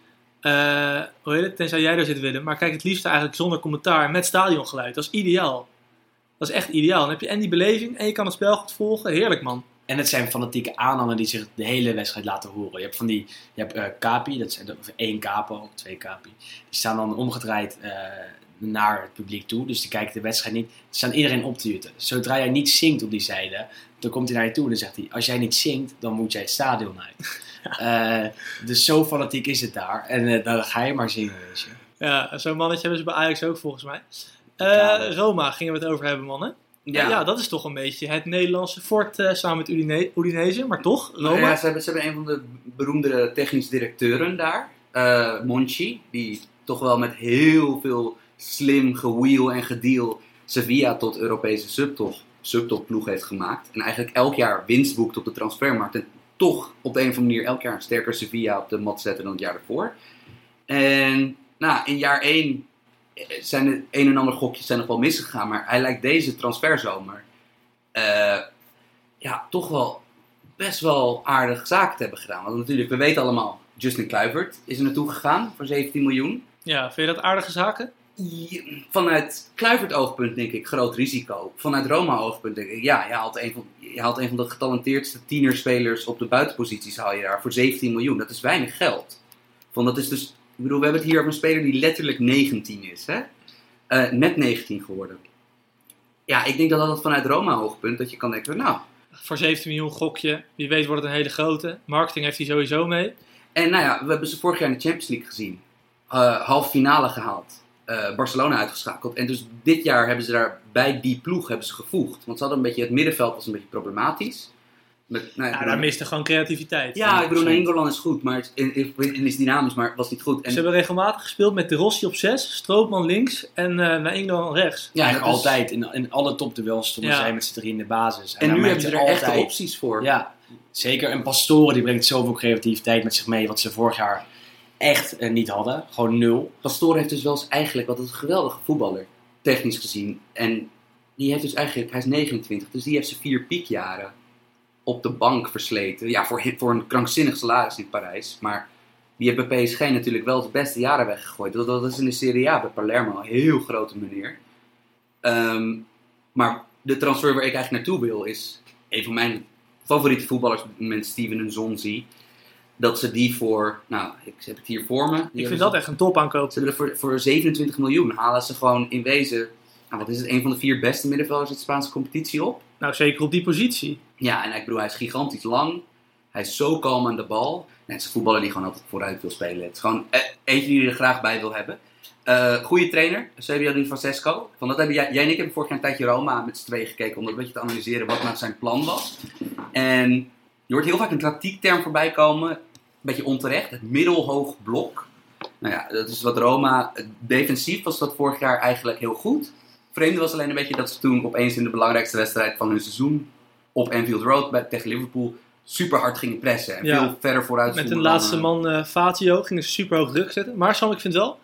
Hoe heet het? Tenzij jij daar zit, Willem. Maar kijk het liefste eigenlijk zonder commentaar met stadiongeluid. Dat is ideaal. Dat is echt ideaal. Dan heb je en die beleving en je kan het spel goed volgen. Heerlijk, man.
En het zijn fanatieke aanhangers die zich de hele wedstrijd laten horen. Je hebt Capi, dat zijn 1 capo, 2 capi. Die staan dan omgedraaid naar het publiek toe. Dus die kijken de wedstrijd niet. Die staan iedereen op te jutten. Zodra jij niet zingt op die zijde, dan komt hij naar je toe en dan zegt hij, als jij niet zingt, dan moet jij het stadion uit. Dus zo fanatiek is het daar. En dan ga je maar zingen, weet je.
Ja, zo'n mannetje hebben ze bij Ajax ook volgens mij. Roma gingen we het over hebben, mannen. Ja, dat is toch een beetje het Nederlandse fort samen met Udinese, maar toch, Roma.
Ja, ze hebben een van de beroemdere technisch directeuren daar, Monchi, die toch wel met heel veel slim gewheel en gedeal Sevilla tot Europese subtopploeg heeft gemaakt. En eigenlijk elk jaar winst boekt op de transfermarkt. En toch op de een of andere manier elk jaar een sterker Sevilla op de mat zetten dan het jaar ervoor. En in jaar 1 zijn de een en ander gokjes zijn nog wel misgegaan. Maar hij lijkt deze transferzomer toch wel best wel aardig zaken te hebben gedaan. Want natuurlijk, we weten allemaal, Justin Kluivert is er naartoe gegaan voor 17 miljoen.
Ja, vind je dat aardige zaken?
Vanuit Kluivert-oogpunt denk ik groot risico. Vanuit Roma-oogpunt denk ik, je haalt een van de getalenteerdste tienerspelers op de buitenposities haal je daar voor 17 miljoen. Dat is weinig geld. Dat is dus, ik bedoel, we hebben het hier over een speler die letterlijk 19 is. Hè? Net 19 geworden. Ja, ik denk dat vanuit Roma-oogpunt dat je kan denken,
voor 17 miljoen gokje, wie weet wordt het een hele grote. Marketing heeft hij sowieso mee.
En we hebben ze vorig jaar in de Champions League gezien. Halve finale gehaald. Barcelona uitgeschakeld. En dus dit jaar hebben ze daar bij die ploeg gevoegd. Want ze hadden het middenveld was een beetje problematisch.
Daar miste gewoon creativiteit.
Ja, ik bedoel, Nainggolan is goed, maar is dynamisch, maar was niet goed.
Ze hebben regelmatig gespeeld met De Rossi op 6, Strootman links en Nainggolan rechts.
Ja, eigenlijk altijd. In alle topduels stonden zij met z'n 3 in de basis.
En nu hebben ze er echte opties voor.
Ja, zeker. En Pastore die brengt zoveel creativiteit met zich mee, wat ze vorig jaar echt niet hadden. Gewoon 0.
Pastore heeft dus wel eens eigenlijk, wat een geweldige voetballer, technisch gezien. En die heeft dus eigenlijk, hij is 29, dus die heeft zijn 4 piekjaren op de bank versleten. Ja, voor een krankzinnig salaris in Parijs. Maar die heeft bij PSG natuurlijk wel de beste jaren weggegooid. Dat is in de Serie A bij Palermo een heel grote meneer. Maar de transfer waar ik eigenlijk naartoe wil is een van mijn favoriete voetballers op het moment, Steven Nzonzi. Dat ze die voor, ik heb het hier voor me.
Ik vind dat echt een topaankoop.
Ze hebben er voor 27 miljoen halen ze gewoon in wezen, wat is het, een van de 4 beste middenvelders uit de Spaanse competitie op.
Nou, zeker op die positie.
Ja, en ik bedoel, hij is gigantisch lang. Hij is zo kalm aan de bal. Het is een voetballer die gewoon altijd vooruit wil spelen. Het is gewoon eentje die je er graag bij wil hebben. Goede trainer, Eusebio Di Francesco. Van dat hebben jij en ik hebben vorig jaar een tijdje Roma met z'n tweeën gekeken om dat een beetje te analyseren wat nou zijn plan was. En je hoort heel vaak een tactiekterm voorbij komen, een beetje onterecht, het middelhoog blok. Nou ja, dat is wat Roma, defensief was dat vorig jaar eigenlijk heel goed. Vreemde was alleen een beetje dat ze toen opeens in de belangrijkste wedstrijd van hun seizoen op Anfield Road tegen Liverpool super hard gingen pressen en veel verder vooruit.
Met een laatste man Fazio gingen ze super hoog druk zetten. Maar Sam, ik vind wel,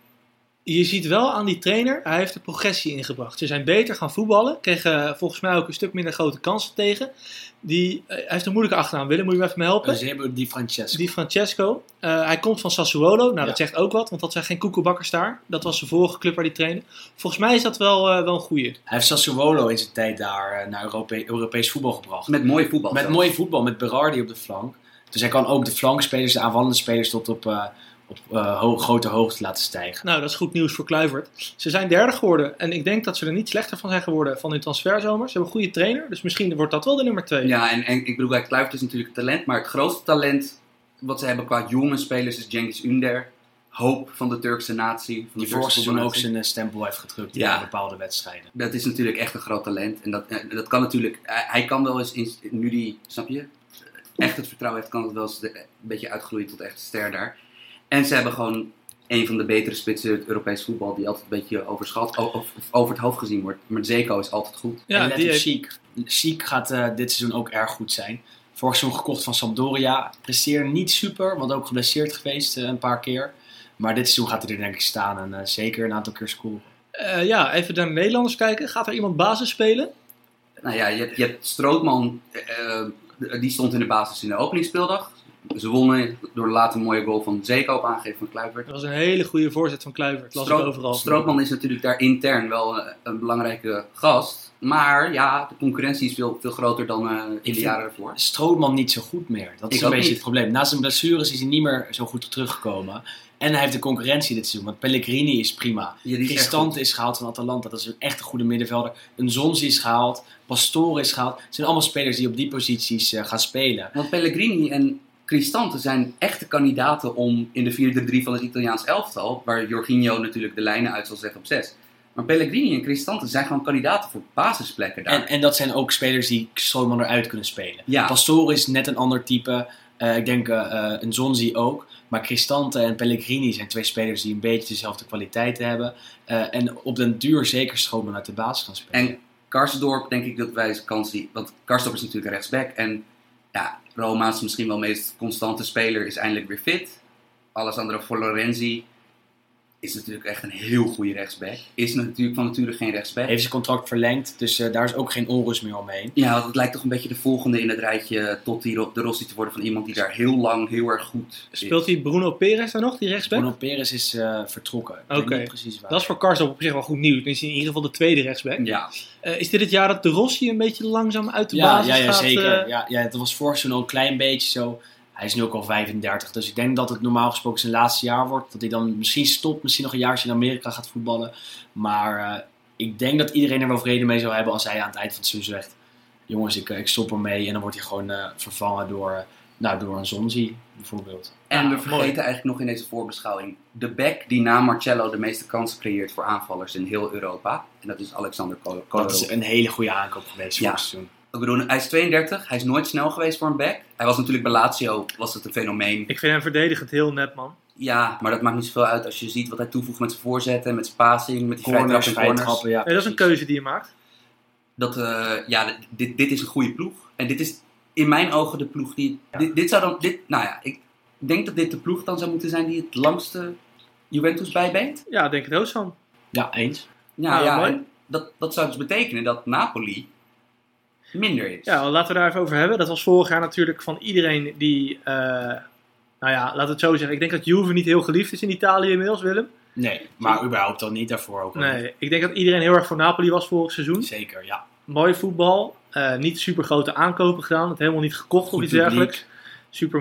je ziet wel aan die trainer, hij heeft de progressie ingebracht. Ze zijn beter gaan voetballen, kregen volgens mij ook een stuk minder grote kansen tegen. Hij heeft een moeilijke achternaam. Willem, moet je me even helpen?
Ze hebben
Di Francesco. Hij komt van Sassuolo. Nou, dat zegt ook wat, want dat zijn geen koekenbakkers daar. Dat was de vorige club waar hij trainde. Volgens mij is dat wel een goeie.
Hij heeft Sassuolo in zijn tijd daar naar Europees voetbal gebracht.
Met mooi voetbal.
Met mooi voetbal, met Berardi op de flank. Dus hij kan ook de flankspelers, de aanvallende spelers tot op grote hoogte laten stijgen.
Nou, dat is goed nieuws voor Kluivert. Ze zijn derde geworden. En ik denk dat ze er niet slechter van zijn geworden van hun transferzomer. Ze hebben een goede trainer. Dus misschien wordt dat wel de nummer 2.
Ja, en ik bedoel, bij Kluivert is natuurlijk een talent. Maar het grootste talent wat ze hebben qua jonge spelers is Cengiz Ünder. Hoop van de Turkse natie.
Die vorig seizoen ook zijn stempel heeft gedrukt in bepaalde wedstrijden.
Dat is natuurlijk echt een groot talent. En dat kan natuurlijk... Hij kan wel eens, nu die, snap je, echt het vertrouwen heeft, kan het wel eens een beetje uitgroeien tot echt ster daar. En ze hebben gewoon een van de betere spitsen in het Europees voetbal die altijd een beetje overschat of over het hoofd gezien wordt. Maar Zeko is altijd goed.
Ja, en net Ziek gaat dit seizoen ook erg goed zijn. Vorig seizoen gekocht van Sampdoria. Presteerde niet super, want ook geblesseerd geweest een paar keer. Maar dit seizoen gaat hij er denk ik staan en zeker een aantal keer scoren.
Even naar de Nederlanders kijken. Gaat er iemand basis spelen?
Nou ja, je hebt Strootman, die stond in de basis in de openingsspeeldag. Ze wonnen door de later mooie goal van Zeko op aangeven van Kluivert.
Dat was een hele goede voorzet van Kluivert. Las ik overal.
Strootman is natuurlijk daar intern wel een belangrijke gast. Maar ja, de concurrentie is veel groter dan in de jaren ervoor.
Strootman niet zo goed meer. Dat is een beetje het probleem. Na zijn blessures is hij niet meer zo goed teruggekomen. En hij heeft de concurrentie dit seizoen. Want Pellegrini is prima. Cristante is gehaald van Atalanta. Dat is een echt goede middenvelder. Nzonzi is gehaald. Pastore is gehaald. Het zijn allemaal spelers die op die posities gaan spelen.
Want Pellegrini en Cristante zijn echte kandidaten om in de 4-3 van het Italiaans elftal, waar Jorginho natuurlijk de lijnen uit zal zetten op 6. Maar Pellegrini en Cristante zijn gewoon kandidaten voor basisplekken daar.
En dat zijn ook spelers die Strootman eruit kunnen spelen.
Ja.
Pastore is net een ander type. Ik denk Nzonzi ook. Maar Cristante en Pellegrini zijn 2 spelers die een beetje dezelfde kwaliteiten hebben. En op den duur zeker Strootman uit de basis gaan spelen.
En Karsdorp denk ik dat wij een kans zien. Want Karsdorp is natuurlijk rechtsback. En ja, Roma's misschien wel meest constante speler is eindelijk weer fit. Alessandro Florenzi is natuurlijk echt een heel goede rechtsback. Is natuurlijk van nature geen rechtsback.
Heeft zijn contract verlengd, dus daar is ook geen onrust meer omheen.
Ja, want het lijkt toch een beetje de volgende in het rijtje tot de Rossi te worden van iemand die daar heel lang heel erg goed is.
Speelt die Bruno Perez daar nog, die rechtsback?
Bruno Perez is vertrokken.
Oké, dat is voor Karsdorp op zich wel goed nieuws. Dan is hij in ieder geval de tweede rechtsback.
Ja.
Is dit het jaar dat de Rossi een beetje langzaam uit de basis gaat?
Ja, zeker. Ja, dat was vorig seizoen al een klein beetje zo. Hij is nu ook al 35, dus ik denk dat het normaal gesproken zijn laatste jaar wordt. Dat hij dan misschien stopt, misschien nog een jaartje in Amerika gaat voetballen. Maar ik denk dat iedereen er wel vrede mee zou hebben als hij aan het eind van het seizoen zegt: jongens, ik stop ermee. En dan wordt hij gewoon vervangen door een Nzonzi bijvoorbeeld.
En we vergeten eigenlijk nog in deze voorbeschouwing de back die na Marcello de meeste kansen creëert voor aanvallers in heel Europa. En dat is Alexander Kolarov.
Dat is een hele goede aankoop geweest voor het seizoen.
Ik bedoel, hij is 32, hij is nooit snel geweest voor een back. Hij was natuurlijk bij Lazio, was het een fenomeen.
Ik vind hem verdedigend heel net, man.
Ja, maar dat maakt niet zoveel uit als je ziet wat hij toevoegt met zijn voorzetten, met zijn passing, met die
Corners,
vrije trappen.
ja,
Nee, dat is een keuze die je maakt.
Dit is een goede ploeg. En dit is in mijn ogen de ploeg die... Ja. Ik denk dat dit de ploeg dan zou moeten zijn die het langste Juventus bijbeent.
Ja, denk het ook zo.
Ja, eens.
En dat zou dus betekenen dat Napoli minder is.
Ja, laten we daar even over hebben. Dat was vorig jaar natuurlijk van iedereen die... laten we het zo zeggen. Ik denk dat Juve niet heel geliefd is in Italië inmiddels, Willem.
Nee, maar überhaupt dan niet daarvoor ook.
Nee, ik denk dat iedereen heel erg voor Napoli was vorig seizoen.
Zeker, ja.
Mooi voetbal. Niet super grote aankopen gedaan. Het helemaal niet gekocht of iets dergelijks. Super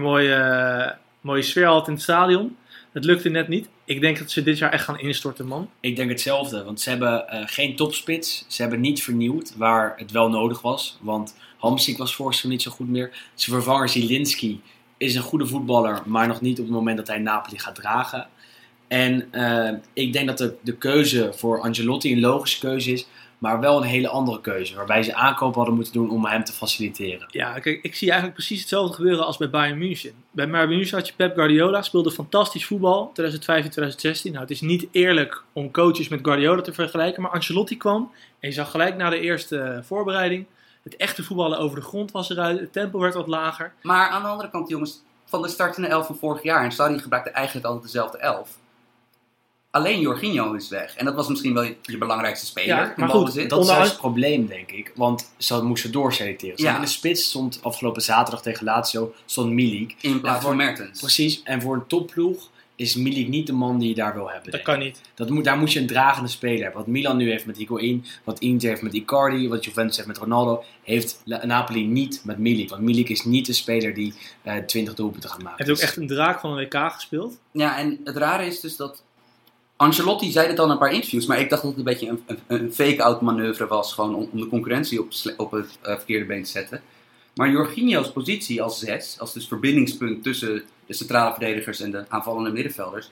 mooie sfeer had in het stadion. Het lukte net niet. Ik denk dat ze dit jaar echt gaan instorten, man.
Ik denk hetzelfde, want ze hebben geen topspits. Ze hebben niet vernieuwd waar het wel nodig was. Want Hamsik was vorig seizoen niet zo goed meer. Zijn vervanger Zielinski is een goede voetballer, maar nog niet op het moment dat hij Napoli gaat dragen. En ik denk dat de keuze voor Ancelotti een logische keuze is, maar wel een hele andere keuze. Waarbij ze aankopen hadden moeten doen om hem te faciliteren.
Ja, kijk, ik zie eigenlijk precies hetzelfde gebeuren als bij Bayern München. Bij Bayern München had je Pep Guardiola, speelde fantastisch voetbal, 2015, 2016. Nou, het is niet eerlijk om coaches met Guardiola te vergelijken, maar Ancelotti kwam en je zag gelijk na de eerste voorbereiding, het echte voetballen over de grond was eruit, het tempo werd wat lager.
Maar aan de andere kant, jongens, van de startende 11 van vorig jaar, en Sarri gebruikte eigenlijk altijd dezelfde 11. Alleen Jorginho is weg. En dat was misschien wel je belangrijkste speler.
Ja, maar goed,
dat is juist het probleem, denk ik. Want ze moesten doorselecteren.
Ja.
In de spits stond afgelopen zaterdag tegen Lazio Milik.
In plaats van Mertens.
Precies. En voor een topploeg is Milik niet de man die je daar wil hebben.
Dat kan niet.
Daar moet je een dragende speler hebben. Wat Milan nu heeft met Higuain, wat Inter heeft met Icardi, wat Juventus heeft met Ronaldo, heeft Napoli niet met Milik. Want Milik is niet de speler die 20 doelpunten gaat maken.
Hij heeft ook echt een draak van een WK gespeeld.
Ja, en het rare is dus dat Ancelotti zei het al in een paar interviews, maar ik dacht dat het een beetje een fake-out manoeuvre was, gewoon om de concurrentie op het verkeerde been te zetten. Maar Jorginho's positie als 6, als dus verbindingspunt tussen de centrale verdedigers en de aanvallende middenvelders,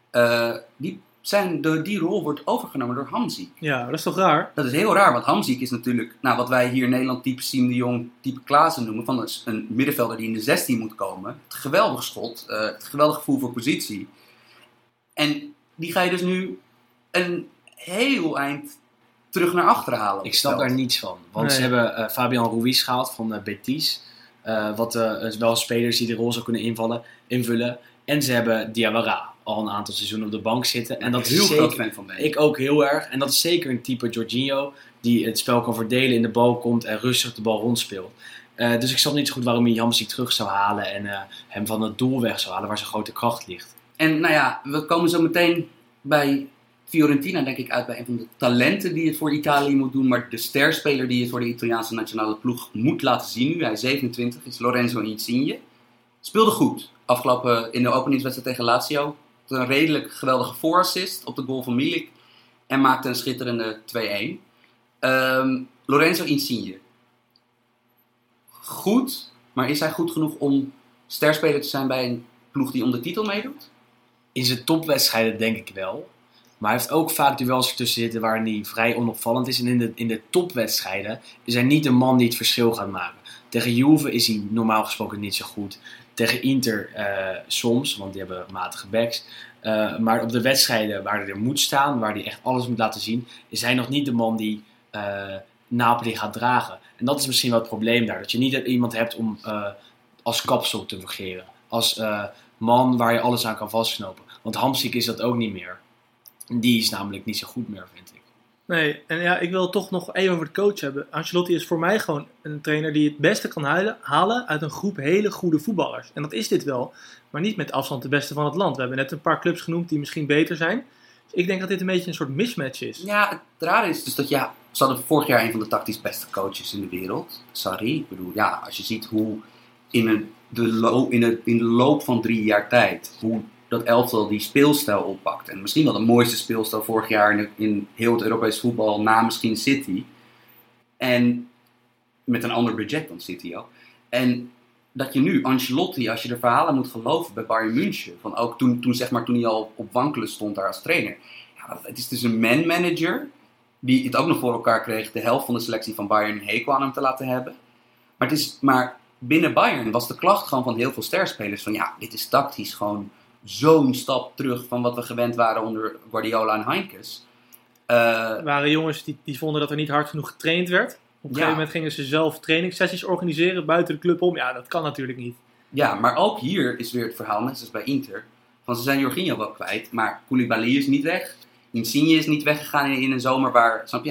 die rol wordt overgenomen door Hamsik.
Ja, dat is toch raar?
Dat is heel raar, want Hamsik is natuurlijk, wat wij hier in Nederland type Siem de Jong, type Klaassen noemen, van een middenvelder die in de 16 moet komen. Het geweldig schot, het geweldig gevoel voor positie. En die ga je dus nu een heel eind terug naar achteren halen.
Ik snap daar niets van. Want ze hebben Fabian Ruiz gehaald van Betis. Wat wel spelers die de rol zou kunnen invullen. En ze hebben Diawara al een aantal seizoenen op de bank zitten. En dat is
heel
zeker,
groot fan van mij.
Ik ook heel erg. En dat is zeker een type Jorginho die het spel kan verdelen, in de bal komt en rustig de bal rondspeelt. Dus ik snap niet zo goed waarom hij Hamsik terug zou halen en hem van het doel weg zou halen waar zijn grote kracht ligt.
En we komen zo meteen bij Fiorentina denk ik uit bij een van de talenten die het voor Italië moet doen. Maar de sterspeler die het voor de Italiaanse nationale ploeg moet laten zien nu. Hij is 27, is Lorenzo Insigne. Speelde goed. Afgelopen in de openingswedstrijd tegen Lazio. Een redelijk geweldige voorassist op de goal van Milik. En maakte een schitterende 2-1. Lorenzo Insigne. Goed, maar is hij goed genoeg om sterspeler te zijn bij een ploeg die om de titel meedoet?
In zijn topwedstrijden denk ik wel. Maar hij heeft ook vaak duels tussen zitten waarin hij vrij onopvallend is. En in de topwedstrijden is hij niet de man die het verschil gaat maken. Tegen Juve is hij normaal gesproken niet zo goed. Tegen Inter soms, want die hebben matige backs. Maar op de wedstrijden waar hij er moet staan, waar hij echt alles moet laten zien, is hij nog niet de man die Napoli gaat dragen. En dat is misschien wel het probleem daar. Dat je niet iemand hebt om als kapsel te fungeren. Als man waar je alles aan kan vastknopen. Want Hamsik is dat ook niet meer. Die is namelijk niet zo goed meer, vind ik.
Nee, en ja, ik wil het toch nog even over de coach hebben. Ancelotti is voor mij gewoon een trainer die het beste kan halen uit een groep hele goede voetballers. En dat is dit wel, maar niet met afstand de beste van het land. We hebben net een paar clubs genoemd die misschien beter zijn. Dus ik denk dat dit een beetje een soort mismatch is.
Ja, het rare is dus dat ze hadden vorig jaar een van de tactisch beste coaches in de wereld. Sarri. Ik bedoel, als je ziet hoe in de loop van 3 jaar tijd, hoe dat elftal die speelstijl oppakt. En misschien wel de mooiste speelstijl vorig jaar in heel het Europees voetbal, na misschien City. En met een ander budget dan City ook. En dat je nu Ancelotti, als je de verhalen moet geloven bij Bayern München, van ook toen hij al op wankelen stond daar als trainer. Ja, het is dus een man-manager die het ook nog voor elkaar kreeg de helft van de selectie van Bayern een hekel aan hem te laten hebben. Maar binnen Bayern was de klacht gewoon van heel veel sterspelers van ja, dit is tactisch gewoon zo'n stap terug van wat we gewend waren onder Guardiola en Heinkes.
Er waren jongens die vonden dat er niet hard genoeg getraind werd. Op een gegeven moment gingen ze zelf trainingssessies organiseren buiten de club om. Ja, dat kan natuurlijk niet.
Ja, maar ook hier is weer het verhaal, net zoals bij Inter. Van ze zijn Jorginho wel kwijt, maar Koulibaly is niet weg. Insigne is niet weggegaan in een zomer waar, snap je,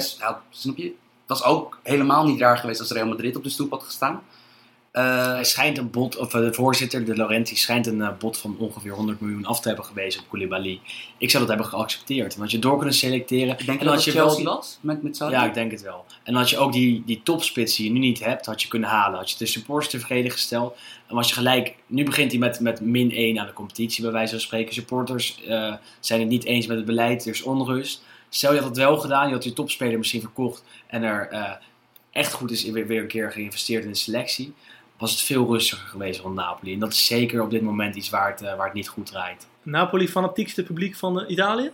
het was ook helemaal niet raar geweest als Real Madrid op de stoep had gestaan.
Hij schijnt een bod, of de voorzitter, de Laurenti, schijnt een bod van ongeveer 100 miljoen af te hebben gewezen op Koulibaly. Ik zou dat hebben geaccepteerd. En had je door kunnen selecteren.
Denk je dat het Chelsea was? Met Saudi?
Ja, ik denk het wel. En als je ook die topspits die je nu niet hebt, had je kunnen halen. Had je de supporters tevreden gesteld. En was je gelijk, nu begint hij met -1 aan de competitie, bij wijze van spreken. Supporters zijn het niet eens met het beleid, er is onrust. Stel je had het wel gedaan, je had je topspeler misschien verkocht en er echt goed is weer een keer geïnvesteerd in de selectie, was het veel rustiger geweest rond Napoli. En dat is zeker op dit moment iets waar het niet goed draait.
Napoli fanatiekste publiek van Italië?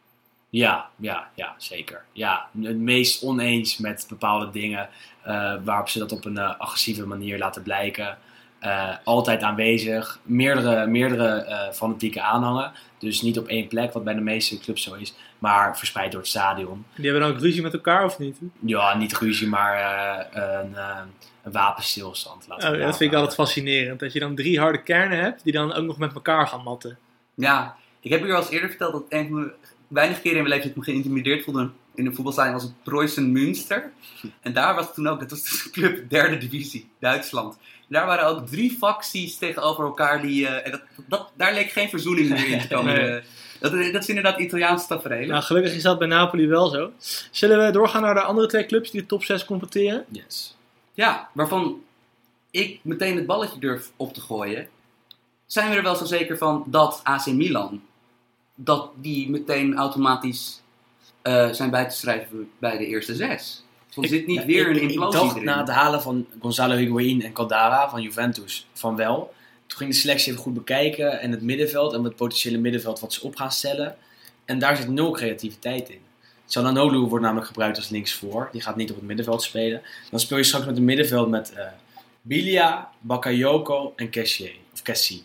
Ja, zeker. Ja, het meest oneens met bepaalde dingen waarop ze dat op een agressieve manier laten blijken. Altijd aanwezig. Meerdere fanatieke aanhangen. Dus niet op één plek, wat bij de meeste clubs zo is. Maar verspreid door het stadion.
Die hebben dan ook ruzie met elkaar of niet?
Ja, niet ruzie, maar een wapenstilstand.
Dat vind ik altijd fascinerend. Dat je dan 3 harde kernen hebt die dan ook nog met elkaar gaan matten.
Ja, ik heb u al eens eerder verteld dat een van de weinige keren in mijn leven dat ik me geïntimideerd voelde in een voetbalstadion was het Preußen Münster. En daar was het toen ook, dat was de club 3e divisie, Duitsland. En daar waren ook 3 facties tegenover elkaar die, daar leek geen verzoening meer in te komen. Nee. Dat is inderdaad Italiaanse tafereel.
Nou, gelukkig is dat bij Napoli wel zo. Zullen we doorgaan naar de andere 2 clubs die de top 6 completeren?
Yes.
Ja, waarvan ik meteen het balletje durf op te gooien. Zijn we er wel zo zeker van dat AC Milan, dat die meteen automatisch zijn bij te schrijven bij de eerste 6? Er zit niet weer een implosie
Ik dacht
erin.
na het halen van Gonzalo Higuaín en Caldara van Juventus van wel. Toen ging de selectie even goed bekijken en het middenveld en het potentiële middenveld wat ze op gaan stellen. En daar zit 0 creativiteit in. Çalhanoğlu wordt namelijk gebruikt als linksvoor. Die gaat niet op het middenveld spelen. Dan speel je straks met een middenveld met Biglia, Bakayoko en Kessie.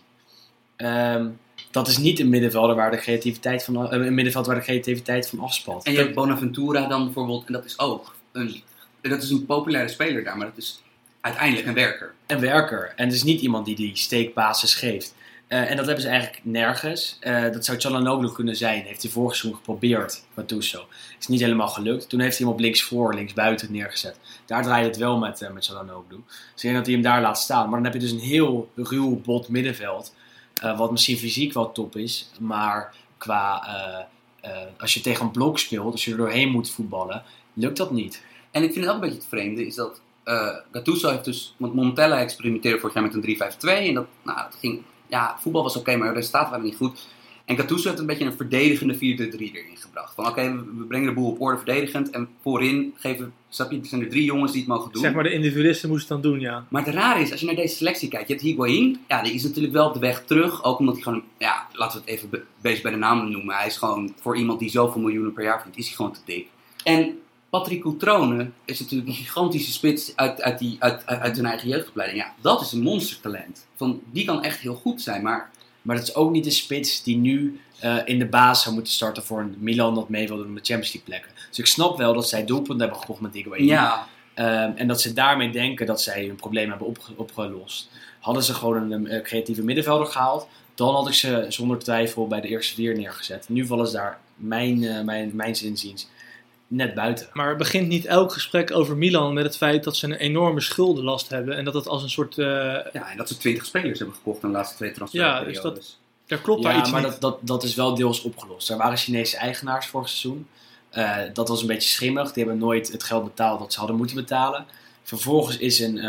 Dat is niet een middenveld waar de creativiteit van afspat.
En je hebt Bonaventura dan bijvoorbeeld, en dat is ook een populaire speler daar, maar dat is uiteindelijk een werker.
Een werker. En het is niet iemand die steekbasis geeft. En dat hebben ze eigenlijk nergens. Dat zou Çalhanoğlu kunnen zijn. Heeft hij vorig seizoen geprobeerd. Gattuso. Is niet helemaal gelukt. Toen heeft hij hem op linksvoor, linksbuiten neergezet. Daar draaide het wel met Çalhanoğlu. Dus ik denk dat hij hem daar laat staan. Maar dan heb je dus een heel ruw, bot middenveld. Wat misschien fysiek wel top is. Maar qua als je tegen een blok speelt, als je er doorheen moet voetballen, lukt dat niet.
En ik vind het ook een beetje het vreemde, is dat Gattuso heeft dus, want Montella experimenteerde vorig jaar met een 3-5-2 en dat ging, ja, voetbal was oké, maar de resultaten waren niet goed. En Gattuso heeft een beetje een verdedigende 4-3 erin gebracht. Van oké, we brengen de boel op orde verdedigend en voorin snap je, er zijn er 3 jongens die het mogen doen.
Zeg maar de individualisten moesten het dan doen, ja.
Maar het rare is, als je naar deze selectie kijkt, je hebt Higuaín, ja, die is natuurlijk wel op de weg terug, ook omdat hij gewoon, ja, laten we het even bezig bij de naam noemen, hij is gewoon, voor iemand die zoveel miljoenen per jaar verdient, is hij gewoon te dik. En Patrick Cutrone is natuurlijk een gigantische spits uit hun eigen jeugdopleiding. Ja, dat is een monstertalent. Die kan echt heel goed zijn, maar
dat is ook niet de spits die nu in de baas zou moeten starten voor een Milan dat mee wil doen met de Champions League plekken. Dus ik snap wel dat zij doelpunten hebben gekocht met Higuaín.
Ja.
En dat ze daarmee denken dat zij hun probleem hebben opgelost. Hadden ze gewoon een creatieve middenvelder gehaald, dan had ik ze zonder twijfel bij de eerste 4 neergezet. Nu vallen ze daar, mijns inziens, net buiten.
Maar begint niet elk gesprek over Milan met het feit dat ze een enorme schuldenlast hebben en dat het als een soort...
Ja, en dat ze 20 spelers hebben gekocht in de laatste 2 transferperiodes.
Ja, dus daar klopt daar iets
maar
niet.
Dat is wel deels opgelost. Er waren Chinese eigenaars vorig seizoen. Dat was een beetje schimmig. Die hebben nooit het geld betaald dat ze hadden moeten betalen. Vervolgens is zijn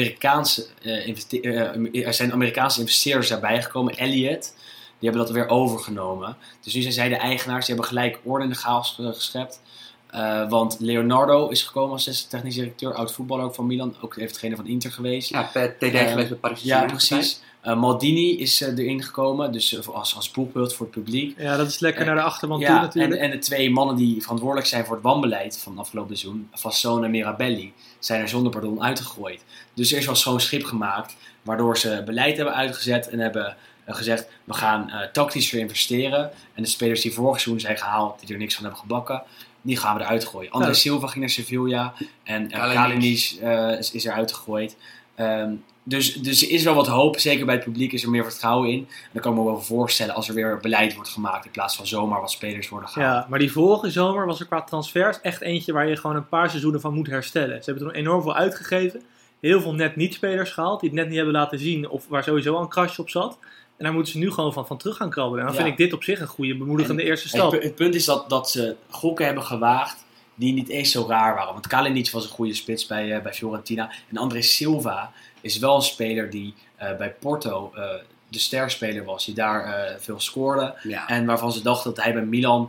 Amerikaanse investeerders daarbij gekomen, Elliott. Die hebben dat weer overgenomen. Dus nu zijn zij de eigenaars. Die hebben gelijk orde in de chaos geschept. Want Leonardo is gekomen als technisch directeur, oud voetballer ook van Milan, ook heeft degene van Inter geweest.
Ja, TD geweest bij Paris Saint-Germain.
Ja, precies. Maldini is erin gekomen, dus als boegbeeld voor het publiek.
Ja, dat is lekker naar de achterban toe natuurlijk.
En de 2 mannen die verantwoordelijk zijn voor het wanbeleid van het afgelopen seizoen, Fassone en Mirabelli, zijn er zonder pardon uitgegooid. Dus er is wel schoon schip gemaakt, waardoor ze beleid hebben uitgezet en hebben gezegd, we gaan tactisch weer investeren. En de spelers die vorig seizoen zijn gehaald, die er niks van hebben gebakken, die gaan we eruit gooien. André Silva ging naar Sevilla en Kalinic is eruit gegooid. Dus er is wel wat hoop, zeker bij het publiek is er meer vertrouwen in. En dan kan ik me wel voorstellen als er weer beleid wordt gemaakt in plaats van zomaar wat spelers worden gehaald.
Ja, maar die vorige zomer was er qua transfers echt eentje waar je gewoon een paar seizoenen van moet herstellen. Ze hebben toen enorm veel uitgegeven, heel veel net niet spelers gehaald die het net niet hebben laten zien of waar sowieso al een krasje op zat. En daar moeten ze nu gewoon van terug gaan krabbelen. En dan vind ik dit op zich een goede, bemoedigende eerste stap.
Het punt is dat ze gokken hebben gewaagd die niet eens zo raar waren. Want Kalinic was een goede spits bij Fiorentina. En André Silva is wel een speler die bij Porto de sterspeler was. Die daar veel scoorde. Ja. En waarvan ze dachten dat hij bij Milan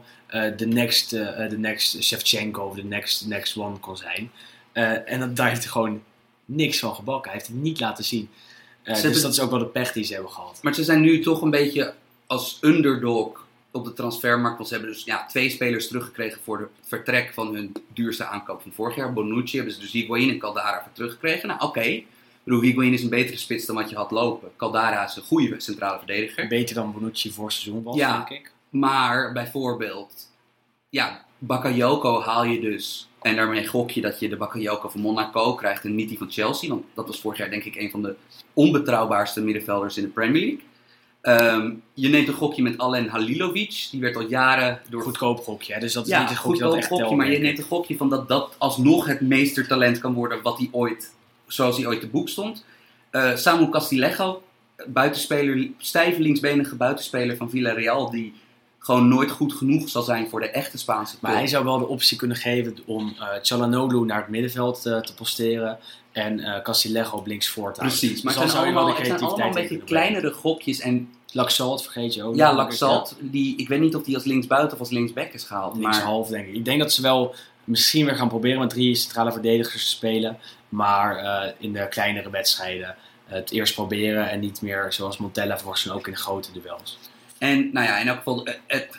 de next Shevchenko of de next one kon zijn. En daar heeft hij gewoon niks van gebakken. Hij heeft het niet laten zien. Dus dat is ook wel de pech die ze hebben gehad.
Maar ze zijn nu toch een beetje als underdog op de transfermarkt. Want ze hebben dus 2 spelers teruggekregen voor het vertrek van hun duurste aankoop van vorig jaar. Bonucci hebben ze dus Higuain en Caldara voor teruggekregen. Nou oké. Higuain is een betere spits dan wat je had lopen. Caldara is een goede centrale verdediger.
Beter dan Bonucci voor seizoen was, denk ik.
Maar bijvoorbeeld, Bakayoko haal je dus. En daarmee gok je dat je de Bakayoko van Monaco krijgt en niet die van Chelsea. Want dat was vorig jaar denk ik een van de onbetrouwbaarste middenvelders in de Premier League. Je neemt een gokje met Alen Halilovic. Die werd al jaren door...
Goedkoop gokje, hè? Dus dat is niet een gokje
dat echt telt. Maar je neemt een gokje van dat alsnog het meestertalent kan worden wat hij ooit, zoals hij ooit te boek stond. Samu Castillejo, buitenspeler, stijve linksbenige buitenspeler van Villarreal, die gewoon nooit goed genoeg zal zijn voor de echte Spaanse club.
Maar hij zou wel de optie kunnen geven om Çalhanoğlu naar het middenveld te posteren en Castillejo op links voor te houden.
Precies, maar het zijn allemaal een beetje kleinere gokjes. En
Laxalt vergeet je ook.
Ja, Laxalt, ik weet niet of die als linksbuiten of als linksback is gehaald.
Linkshalf denk ik. Ik denk dat ze wel misschien weer gaan proberen met 3 centrale verdedigers te spelen. Maar in de kleinere wedstrijden het eerst proberen en niet meer zoals Montella vorig seizoen ook in de grote duels.
En in elk geval,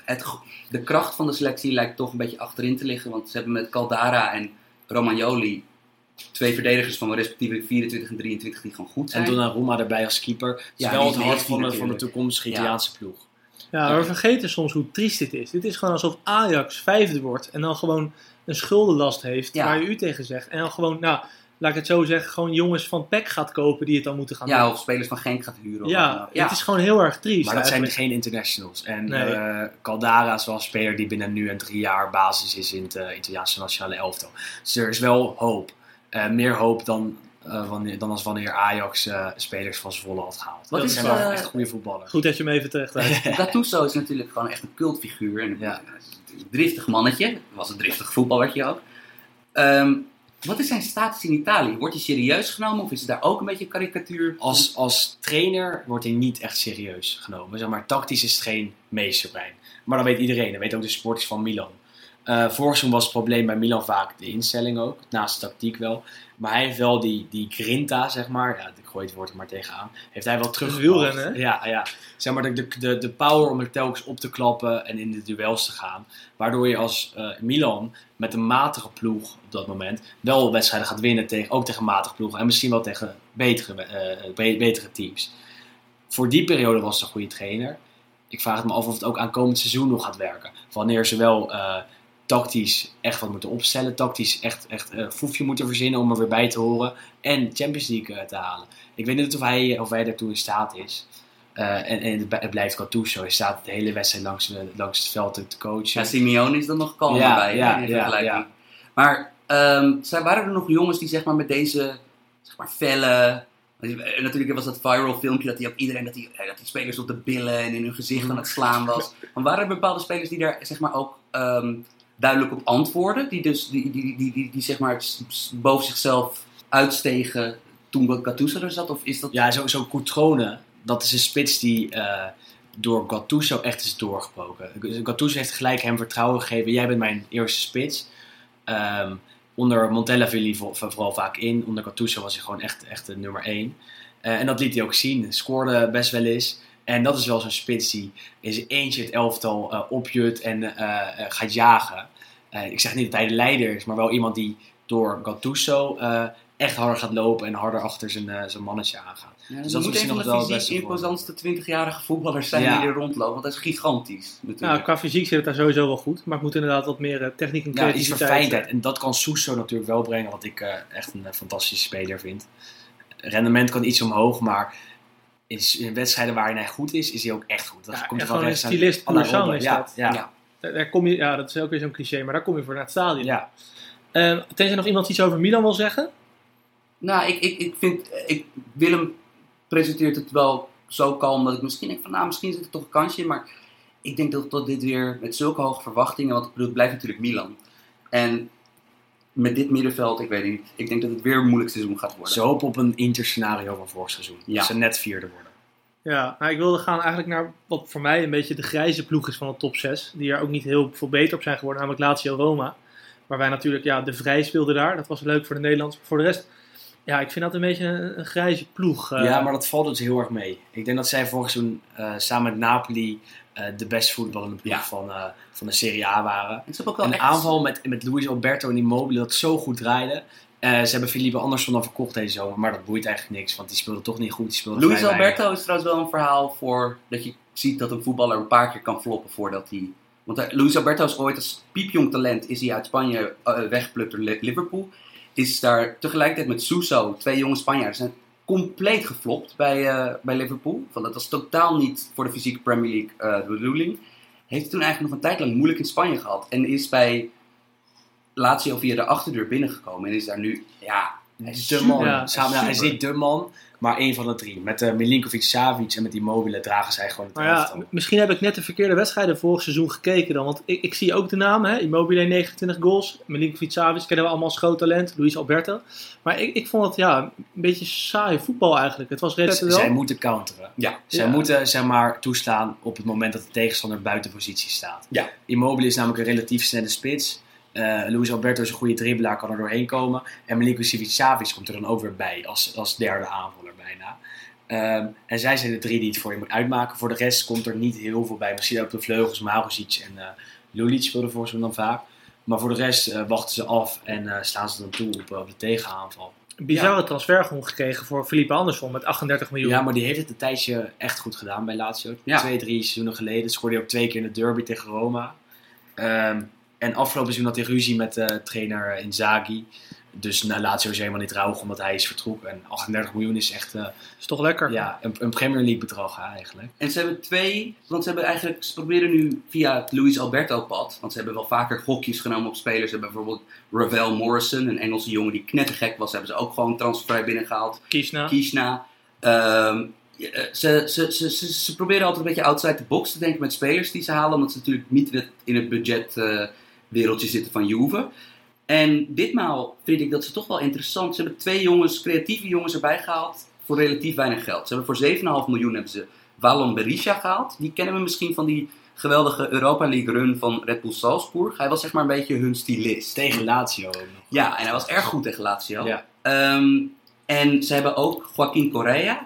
de kracht van de selectie lijkt toch een beetje achterin te liggen. Want ze hebben met Caldara en Romagnoli 2 verdedigers van respectievelijk 24 en 23 die gewoon goed zijn.
En Donnarumma erbij als keeper. Het is wel het hart van de toekomstige Italiaanse ploeg.
Ja, maar we vergeten soms hoe triest dit is. Dit is gewoon alsof Ajax 5e wordt en dan gewoon een schuldenlast heeft waar je u tegen zegt. En dan gewoon, laat ik het zo zeggen, gewoon jongens van PEC gaat kopen die het dan moeten gaan doen.
Ja, of spelers van Genk gaat huren.
Het is gewoon heel erg triest.
Maar dat zijn geen internationals. En Caldara is wel een speler die binnen nu en 3 jaar basis is in het Italiaanse nationale elftal. Dus er is wel hoop. Meer hoop dan als wanneer Ajax spelers van Zwolle had gehaald. Dat zijn wel echt goede voetballers.
Goed dat je hem even terecht hebt.
Gattuso is natuurlijk gewoon echt een cultfiguur. En een driftig mannetje. Was een driftig voetballertje ook. Wat is zijn status in Italië? Wordt hij serieus genomen of is het daar ook een beetje een karikatuur?
Als trainer wordt hij niet echt serieus genomen. Zeg maar, tactisch is het geen meesterbrein. Maar dat weet iedereen. Dat weet ook de sporters van Milan. Vorig seizoen was het probleem bij Milan vaak de instelling ook. Naast de tactiek wel. Maar hij heeft wel die grinta, zeg maar. Ja, ik gooi het woord er maar tegenaan. Heeft hij wel teruggebracht.
Wielrennen, hè?
Ja. Zeg maar de power om er telkens op te klappen en in de duels te gaan. Waardoor je als Milan met een matige ploeg op dat moment wel wedstrijden gaat winnen. Ook tegen matige ploegen. En misschien wel tegen betere teams. Voor die periode was het een goede trainer. Ik vraag het me af of het ook aankomend seizoen nog gaat werken. Wanneer ze wel tactisch echt wat moeten opstellen. Tactisch echt foefje moeten verzinnen om er weer bij te horen. En Champions League te halen. Ik weet niet of hij daartoe in staat is. En het blijft Gattuso. Hij staat de hele wedstrijd langs het veld te coachen.
Ja, Simeone is er nog kalm bij. Ja. Maar waren er nog jongens die zeg maar met deze felle... Natuurlijk was dat viral filmpje dat hij ook iedereen dat die spelers op de billen en in hun gezicht aan het slaan was. Maar waren er bepaalde spelers die daar zeg maar ook duidelijk op antwoorden? Die zeg maar boven zichzelf uitstegen toen Gattuso er zat? Of is dat...
Ja, zo Cutrone, dat is een spits die door Gattuso echt is doorgebroken. Gattuso heeft gelijk hem vertrouwen gegeven. Jij bent mijn eerste spits. Onder Montella viel hij vooral vaak in. Onder Gattuso was hij gewoon echt de nummer 1. En dat liet hij ook zien. Scoorde best wel eens. En dat is wel zo'n spits die in zijn eentje het elftal opjut en gaat jagen. Ik zeg niet dat hij de leider is, maar wel iemand die door Gattuso echt harder gaat lopen en harder achter zijn mannetje aangaat.
Ja,
dus dat
moet
is
een van
nog wel
de
het
fysiek
beste
imposantste 20-jarige voetballers zijn die er rondlopen. Want dat is gigantisch natuurlijk.
Nou, qua fysiek zit het daar sowieso wel goed. Maar het moet inderdaad wat meer techniek en
iets
creativiteit.
verfijndheid. En dat kan Suso natuurlijk wel brengen, wat ik echt een fantastische speler vind. Rendement kan iets omhoog, maar in wedstrijden waarin hij goed is hij ook echt goed. Dat komt
gewoon een stylist puur zang is dat.
Ja.
Daar kom je, dat is ook weer zo'n cliché, maar daar kom je voor naar het stadion.
Ja.
Tenzij nog iemand iets over Milan wil zeggen?
Nou, ik vind... Willem presenteert het wel zo kalm dat ik misschien denk van... misschien zit er toch een kansje in. Maar ik denk dat dit weer met zulke hoge verwachtingen... Want ik bedoel, het blijft natuurlijk Milan. En met dit middenveld, ik weet niet. Ik denk dat het weer een moeilijk seizoen gaat worden.
Ze hopen op een Inter-scenario van vorig seizoen.
Ja.
Dat ze net vierde worden.
Ja, nou, ik wilde gaan eigenlijk naar wat voor mij een beetje de grijze ploeg is van de top 6. Die er ook niet heel veel beter op zijn geworden, namelijk Lazio Roma. Waar wij natuurlijk de Vrij speelden daar. Dat was leuk voor de Nederlanders. Voor de rest, ik vind dat een beetje een grijze ploeg.
Ja, maar dat valt dus heel erg mee. Ik denk dat zij vorig seizoen samen met Napoli de best voetballende ploeg van de Serie A waren. En de aanval met Luis Alberto en Immobile dat zo goed draaide. Ze hebben Felipe Anderson dan verkocht deze zomer, maar dat boeit eigenlijk niks, want die speelde toch niet goed.
Luis Alberto is trouwens wel een verhaal voor dat je ziet dat een voetballer een paar keer kan floppen voordat hij... Want Luis Alberto is ooit als piepjong talent is hij uit Spanje weggeplukt door Liverpool. Is daar tegelijkertijd met Suso, 2 jonge Spanjaarden, zijn compleet geflopt bij Liverpool. Want dat was totaal niet voor de fysieke Premier League de bedoeling. Heeft toen eigenlijk nog een tijd lang moeilijk in Spanje gehad. En is bij Lazio via de achterdeur binnengekomen. En is daar nu,
hij is de man. Hij is niet de man, maar één van de 3. Met Milinkovic, Savic en met Immobile dragen zij gewoon het elftal.
Misschien heb ik net de verkeerde wedstrijden vorig seizoen gekeken dan. Want ik zie ook de namen. Hè? Immobile 29 goals. Milinkovic, Savic kennen we allemaal als groot talent. Luis Alberto. Maar ik vond het een beetje saai voetbal eigenlijk. Het was redelijk
Zij moeten counteren.
Ja.
Zij moeten toeslaan op het moment dat de tegenstander buiten positie staat.
Ja.
Immobile is namelijk een relatief snelle spits. Luis Alberto is een goede dribbelaar, kan er doorheen komen. En Milinkovic Savic komt er dan ook weer bij als derde aanvaller bijna. En zij zijn de 3 die het voor je moet uitmaken. Voor de rest komt er niet heel veel bij. Misschien op de vleugels Marusic en Lulic speelden volgens mij dan vaak. Maar voor de rest wachten ze af en slaan ze dan toe op de tegenaanval.
Een bizarre transfer gewoon gekregen voor Felipe Anderson met 38 miljoen.
Ja, maar die heeft het een tijdje echt goed gedaan bij Lazio. 2-3 seizoenen geleden scoorde hij ook 2 keer in de derby tegen Roma. En afgelopen seizoen had hij ruzie met trainer Inzaghi. Dus Lazio is helemaal niet rouwig omdat hij is vertrokken. En 38 miljoen is echt...
is toch lekker?
Ja, een Premier League bedrag eigenlijk.
En ze hebben ze proberen nu via het Luis Alberto pad. Want ze hebben wel vaker gokjes genomen op spelers. Ze hebben bijvoorbeeld Ravel Morrison, een Engelse jongen die knettergek was. Hebben ze ook gewoon transfervrij binnengehaald. Kishna. Ze proberen altijd een beetje outside the box te denken met spelers die ze halen. Omdat ze natuurlijk niet in het budgetwereldje zitten van Juve. En ditmaal vind ik dat ze toch wel interessant. Ze hebben 2 creatieve jongens erbij gehaald voor relatief weinig geld. Ze hebben voor 7,5 miljoen hebben ze Wallon Berisha gehaald. Die kennen we misschien van die geweldige Europa League run van Red Bull Salzburg. Hij was zeg maar een beetje hun stylist.
Tegen Lazio ook nog.
Ja, en hij was erg goed tegen Lazio.
Ja.
En ze hebben ook Joaquin Correa.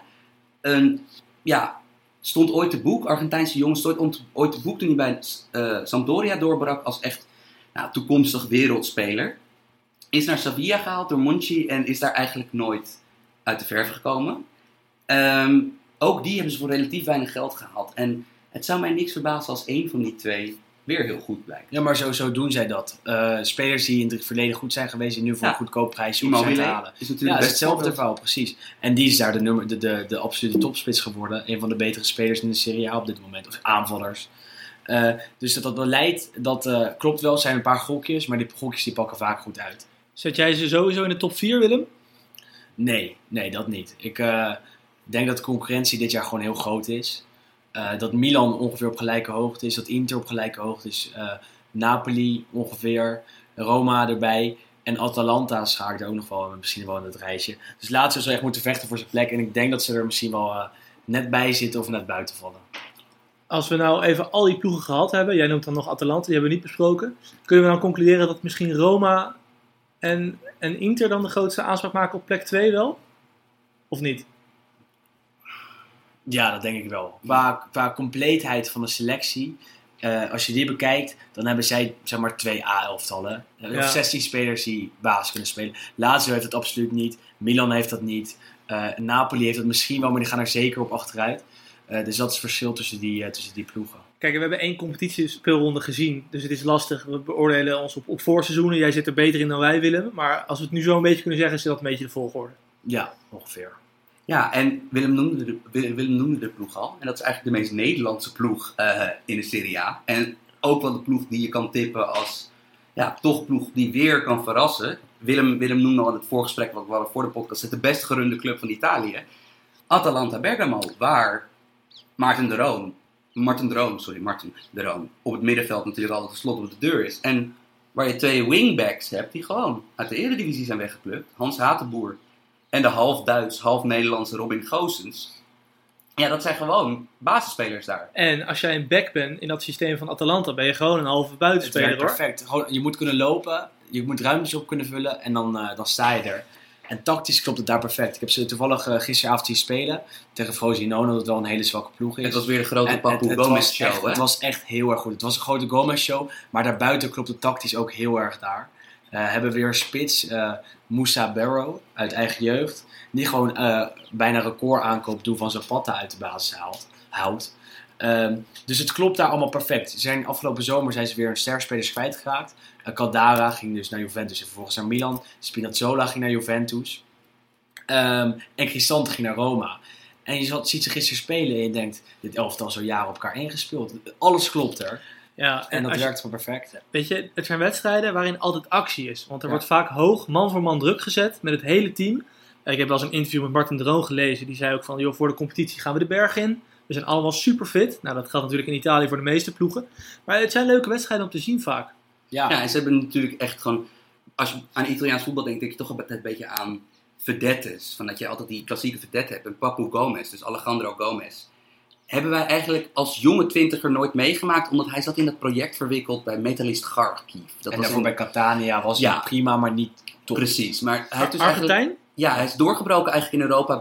Stond ooit te boek. Argentijnse jongen stond ooit te boek toen hij bij Sampdoria doorbrak als echt toekomstig wereldspeler. Is naar Sevilla gehaald door Monchi en is daar eigenlijk nooit uit de verf gekomen. Ook die hebben ze voor relatief weinig geld gehaald. En het zou mij niks verbazen als 1 van die 2 weer heel goed blijkt.
Ja, maar zo doen zij dat. Spelers die in het verleden goed zijn geweest en nu voor een goedkoop prijsje op zijn te halen.
Is natuurlijk
best hetzelfde verhaal, precies. En die is daar de absolute topspits geworden. Een van de betere spelers in de Serie A op dit moment. Of aanvallers. Dus dat beleid, dat klopt wel. Er zijn een paar gokjes, maar die gokjes die pakken vaak goed uit.
Zet jij ze sowieso in de top 4, Willem?
Nee, dat niet. Ik denk dat de concurrentie dit jaar gewoon heel groot is. Dat Milan ongeveer op gelijke hoogte is. Dat Inter op gelijke hoogte is. Napoli ongeveer. Roma erbij. En Atalanta schaakt er ook nog wel misschien wel in het rijtje. Dus Lazio zal echt moeten vechten voor zijn plek. En ik denk dat ze er misschien wel net bij zitten of net buiten vallen.
Als we nou even al die ploegen gehad hebben. Jij noemt dan nog Atalanta, die hebben we niet besproken. Kunnen we dan concluderen dat misschien Roma en Inter dan de grootste aanspraak maken op plek 2 wel? Of niet?
Ja, dat denk ik wel. Qua compleetheid van de selectie, als je die bekijkt, dan hebben zij zeg maar 2 A-elftallen. Of 16 spelers die basis kunnen spelen. Lazio heeft het absoluut niet. Milan heeft dat niet. Napoli heeft dat misschien wel, maar die gaan er zeker op achteruit. Dus dat is het verschil tussen die ploegen.
Kijk, we hebben 1 competitiespeelronde gezien, dus het is lastig. We beoordelen ons op voorseizoenen. Jij zit er beter in dan wij, Willem. Maar als we het nu zo een beetje kunnen zeggen, is dat een beetje de volgorde.
Ja, ongeveer.
Ja, en Willem noemde de ploeg al. En dat is eigenlijk de meest Nederlandse ploeg in de Serie A. En ook wel de ploeg die je kan tippen als toch ploeg die weer kan verrassen. Willem noemde al in het voorgesprek wat we hadden voor de podcast, het de best gerunde club van Italië. Atalanta Bergamo, waar Martin de Roon op het middenveld natuurlijk altijd de slot op de deur is. En waar je 2 wingbacks hebt die gewoon uit de Eredivisie zijn weggeplukt. Hans Hatenboer en de half Duits, half Nederlandse Robin Goossens. Ja, dat zijn gewoon basisspelers daar.
En als jij een back bent in dat systeem van Atalanta, ben je gewoon een halve buitenspeler, hoor.
Perfect. Gewoon, je moet kunnen lopen, je moet ruimtes op kunnen vullen en dan sta je er. En tactisch klopt het daar perfect. Ik heb ze toevallig gisteravond zien spelen tegen Frosinone, dat wel een hele zwakke ploeg is.
Het was weer de grote Papu Gomez show, hè?
Het was echt heel erg goed. Het was een grote Gomez show, maar daarbuiten klopt het tactisch ook heel erg daar. Hebben we weer een spits, Moussa Barrow uit eigen jeugd, die gewoon bijna record aankoop doen van Zapata uit de basis houdt. Dus het klopt daar allemaal perfect. Afgelopen zomer zijn ze weer een sterspelers kwijtgeraakt. Caldara ging dus naar Juventus en vervolgens naar Milan. Spinazzola ging naar Juventus. En Cristante ging naar Roma. En je ziet ze gisteren spelen en je denkt, dit elftal is al jaren op elkaar ingespeeld. Alles klopt er.
Ja,
en dat werkt gewoon perfect.
Weet je, het zijn wedstrijden waarin altijd actie is. Want er wordt vaak hoog, man voor man druk gezet met het hele team. Ik heb wel eens een interview met Martin de Roon gelezen. Die zei ook van, joh, voor de competitie gaan we de berg in. We zijn allemaal super fit. Nou, dat geldt natuurlijk in Italië voor de meeste ploegen. Maar het zijn leuke wedstrijden om te zien vaak.
Ja, en ze hebben natuurlijk echt gewoon... Als je aan Italiaans voetbal denkt, denk je toch altijd een beetje aan vedettes. Van dat je altijd die klassieke vedette hebt. En Papu Gomez, dus Alejandro Gomez. Hebben wij eigenlijk als jonge 20er nooit meegemaakt. Omdat hij zat in dat project verwikkeld bij Metalist Kharkiv.
En daarvoor bij Catania was hij prima, maar niet top.
Precies. Maar hij heeft dus
Argentijn?
Ja, hij is doorgebroken eigenlijk in Europa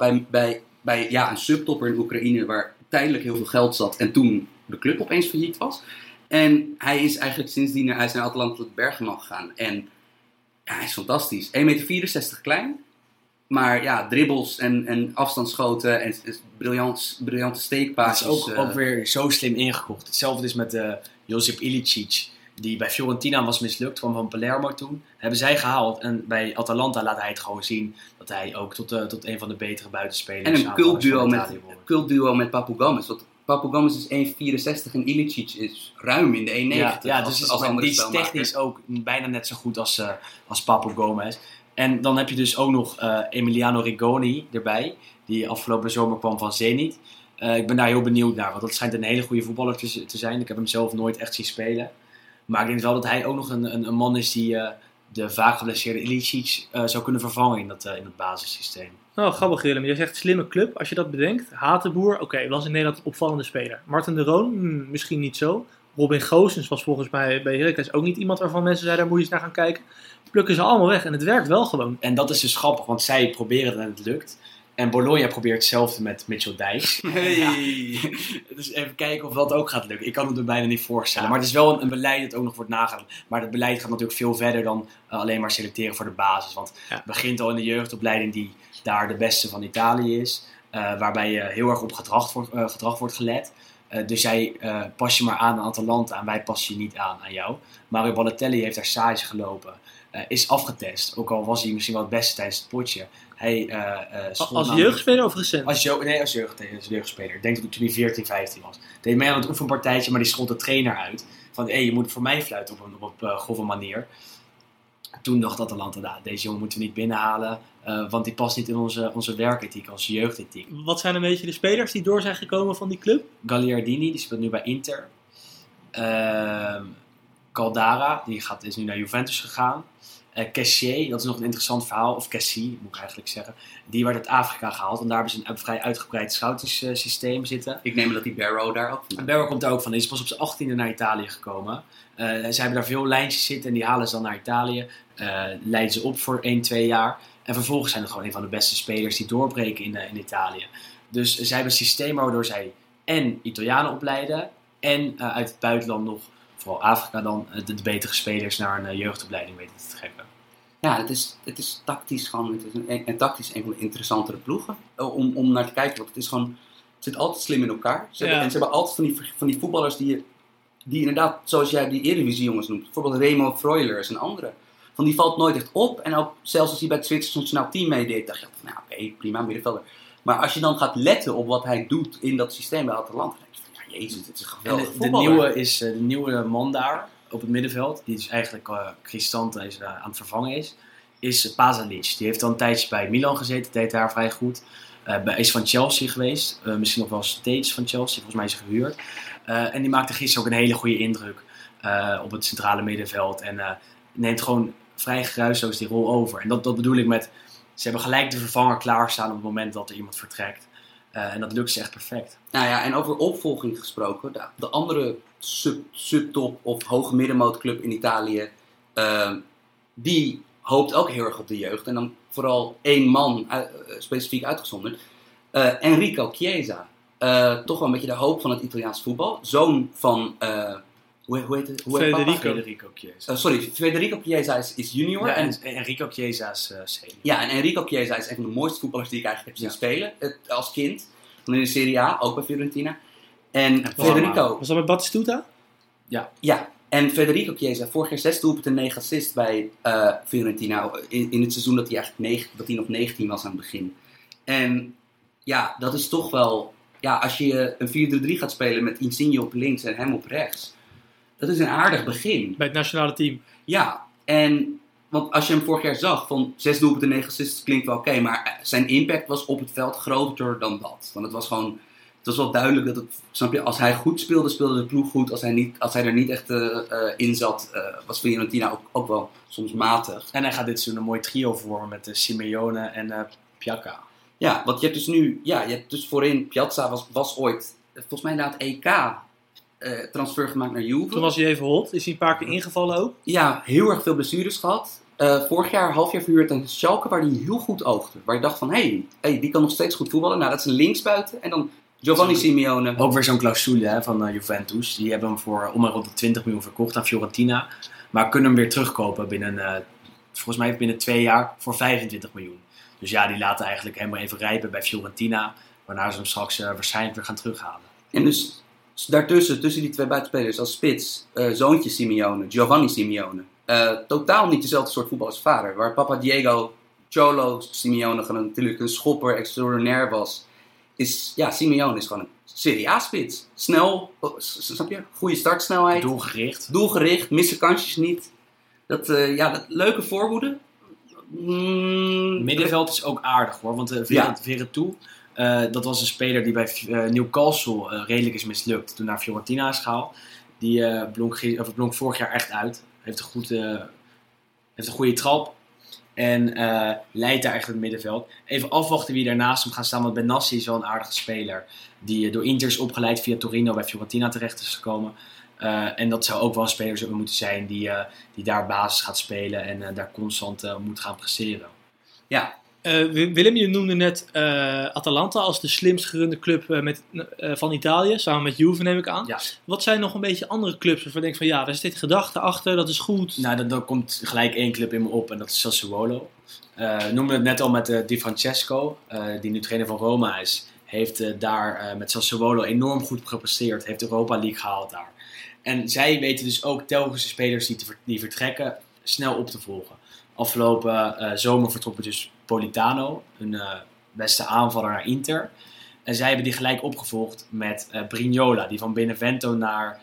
bij een subtopper in Oekraïne. Waar tijdelijk heel veel geld zat. En toen de club opeens failliet was. En hij is eigenlijk sindsdien naar Atalanta Bergamo gegaan. En hij is fantastisch. 1,64 meter klein. Maar ja, dribbles en afstandsschoten en briljante steekpaasjes.
Het is ook weer zo slim ingekocht. Hetzelfde is met Josip Ilicic, die bij Fiorentina was mislukt, kwam van Palermo toen. Hebben zij gehaald en bij Atalanta laat hij het gewoon zien dat hij ook tot een van de betere buitenspelers
en een cultduo met Papu Gomez. Want Papu Gomez is 1,64 en Ilicic is ruim in de 1,90.
Ja, dus die is technisch ook bijna net zo goed als Papu Gomez. En dan heb je dus ook nog Emiliano Rigoni erbij, die afgelopen zomer kwam van Zenit. Ik ben daar heel benieuwd naar, want dat schijnt een hele goede voetballer te zijn. Ik heb hem zelf nooit echt zien spelen. Maar ik denk wel dat hij ook nog een man is die de vaak geblesseerde Ilicic zou kunnen vervangen in het basissysteem.
Nou, grappig Willem. Jij zegt slimme club. Als je dat bedenkt. Hatenboer, was in Nederland een opvallende speler. Martin de Roon, misschien niet zo. Robin Goossens was volgens mij bij Heracles ook niet iemand waarvan mensen zeiden, daar moet je eens naar gaan kijken. Plukken ze allemaal weg en het werkt wel gewoon.
En dat is dus grappig, want zij proberen het en het lukt. En Bologna probeert hetzelfde met Mitchell Dijks.
Hey.
Ja. Dus even kijken of dat ook gaat lukken. Ik kan het me bijna niet voorstellen. Maar het is wel een beleid dat ook nog wordt nagedacht. Maar het beleid gaat natuurlijk veel verder dan alleen maar selecteren voor de basis. Want het begint al in de jeugdopleiding die daar de beste van Italië is. Waarbij heel erg op gedrag wordt gelet. Dus jij pas je maar aan Atalanta en wij passen je niet aan jou. Mario Balotelli heeft daar stage gelopen. Is afgetest. Ook al was hij misschien wel het beste tijdens het potje.
Als jeugdspeler of recent?
Als jeugdspeler. Ik denk dat toen hij 14, 15 was. Deed mee aan het oefenpartijtje, maar die schold de trainer uit. Van, je moet voor mij fluiten op een grove manier. Toen dacht Atalanta, deze jongen moeten we niet binnenhalen. Want die past niet in onze werkethiek, onze jeugdethiek.
Wat zijn een beetje de spelers die door zijn gekomen van die club?
Gagliardini, die speelt nu bij Inter. Caldara, is nu naar Juventus gegaan. Kessié, dat is nog een interessant verhaal. Of Kessie, moet ik eigenlijk zeggen. Die werd uit Afrika gehaald. En daar hebben ze een vrij uitgebreid scoutingssysteem zitten.
Ik neem dat die Barrow daar ook van.
Barrow komt daar ook van. Die is pas op zijn 18e naar Italië gekomen. Ze hebben daar veel lijntjes zitten en die halen ze dan naar Italië. Leiden ze op voor 1-2 jaar. En vervolgens zijn het gewoon een van de beste spelers die doorbreken in Italië. Dus zij hebben een systeem waardoor zij en Italianen opleiden en uit het buitenland nog, vooral Afrika dan, de betere spelers naar een jeugdopleiding weten te trekken.
Ja, het is tactisch gewoon, en tactisch een van de interessantere ploegen om naar te kijken. Want het is gewoon, het zit altijd slim in elkaar. En ze hebben altijd van die voetballers die inderdaad, zoals jij die Eredivisie jongens noemt, bijvoorbeeld Remo Freuler is een andere. Van die valt nooit echt op. En ook zelfs als hij bij het Zwitsers nationaal team meedeed, dacht je van, nou oké, prima, middenvelder. Maar als je dan gaat letten op wat hij doet in dat systeem bij Atalanta, dan denk je van, ja jezus, dit is een geweldige voetballer.
De nieuwe man daar op het middenveld, die dus eigenlijk Cristante aan het vervangen is Pasalic. Die heeft al een tijdje bij Milan gezeten, deed daar vrij goed. Is van Chelsea geweest, misschien nog wel steeds van Chelsea, volgens mij is hij gehuurd. En die maakte gisteren ook een hele goede indruk op het centrale middenveld. En neemt gewoon vrij geruisloos die rol over. En dat bedoel ik met, ze hebben gelijk de vervanger klaarstaan op het moment dat er iemand vertrekt. En dat lukt ze echt perfect.
Nou ja, en over opvolging gesproken, de andere subtop of hoge middenmootclub in Italië, die hoopt ook heel erg op de jeugd. En dan vooral één man specifiek uitgezonderd. Enrico Chiesa. Toch wel een beetje de hoop van het Italiaans voetbal. Zoon van, hoe heet het?
Federico Chiesa.
Federico Chiesa is junior.
Ja, en Enrico Chiesa is senior.
Ja, en Enrico Chiesa is een van de mooiste voetballers die ik eigenlijk heb zien spelen. Als kind. Van in de Serie A, ook bij Fiorentina. En Federico...
Was dat met Batistuta?
Ja. En Federico Chiesa, vorig jaar 6 doelpunten en 9 assists bij Fiorentina. In het seizoen dat hij nog 19 was aan het begin. En ja, dat is toch wel... Ja, als je een 4-3-3 gaat spelen met Insigne op links en hem op rechts. Dat is een aardig begin.
Bij het nationale team.
Ja, want als je hem vorig jaar zag, van 6 doelpunten en 9 assists klinkt wel oké. Maar zijn impact was op het veld groter dan dat. Want het was gewoon... Het was wel duidelijk dat het, snap je, als hij goed speelde, speelde de ploeg goed. Als hij er niet echt in zat, was Fiorentina ook wel soms matig.
En hij gaat dit seizoen een mooi trio vormen met Simeone en Piazza.
Ja, want je hebt dus nu, je hebt dus voorin, Piazza was ooit, volgens mij na het EK, transfer gemaakt naar Juve.
Toen was hij even hot, is hij een paar keer ingevallen ook.
Ja, heel erg veel blessures gehad. Vorig jaar, half jaar verhuurd aan Schalke, waar hij heel goed oogde. Waar je dacht van, hey, die kan nog steeds goed voetballen. Nou, dat is een linksbuiten. En dan Giovanni Simeone.
Ook weer zo'n clausule van Juventus. Die hebben hem voor om en rond de 20 miljoen verkocht aan Fiorentina. Maar kunnen hem weer terugkopen volgens mij binnen 2 jaar voor 25 miljoen. Dus ja, die laten eigenlijk helemaal even rijpen bij Fiorentina. Waarna ze hem straks waarschijnlijk weer gaan terughalen.
En dus tussen die twee buitenspelers als spits, zoontje Simeone, Giovanni Simeone. Totaal niet dezelfde soort voetbal als vader. Waar papa Diego Cholo Simeone gewoon natuurlijk een schopper extraordinair was. Simeone is gewoon een Serie A-spits. Snel, snap je? Goede startsnelheid. Doelgericht, missen kansjes niet. Dat leuke voorhoede.
Middenveld is ook aardig hoor, want Veretout, dat was een speler die bij Newcastle redelijk is mislukt. Toen naar Fiorentina is gehaald. Die blonk vorig jaar echt uit. Heeft een goede trap. En leidt daar echt het middenveld. Even afwachten wie daarnaast hem gaat staan. Want Benassi is wel een aardige speler. Die door Inter is opgeleid via Torino bij Fiorentina terecht is gekomen. En dat zou ook wel een speler moeten zijn die daar basis gaat spelen. En daar constant moet gaan presteren.
Ja.
Willem, je noemde net Atalanta als de slimst gerunde club van Italië. Samen met Juve neem ik aan.
Ja.
Wat zijn nog een beetje andere clubs waarvan je denkt van ja, daar zit gedachte achter, dat is goed.
Nou, dan komt gelijk 1 club in me op en dat is Sassuolo. Noemde het net al met Di Francesco, die nu trainer van Roma is. Heeft daar met Sassuolo enorm goed gepresteerd. Heeft de Europa League gehaald daar. En zij weten dus ook telkens de spelers die vertrekken snel op te volgen. Afgelopen zomer vertrok dus Politano, hun beste aanvaller, naar Inter. En zij hebben die gelijk opgevolgd met Brignola, die van Benevento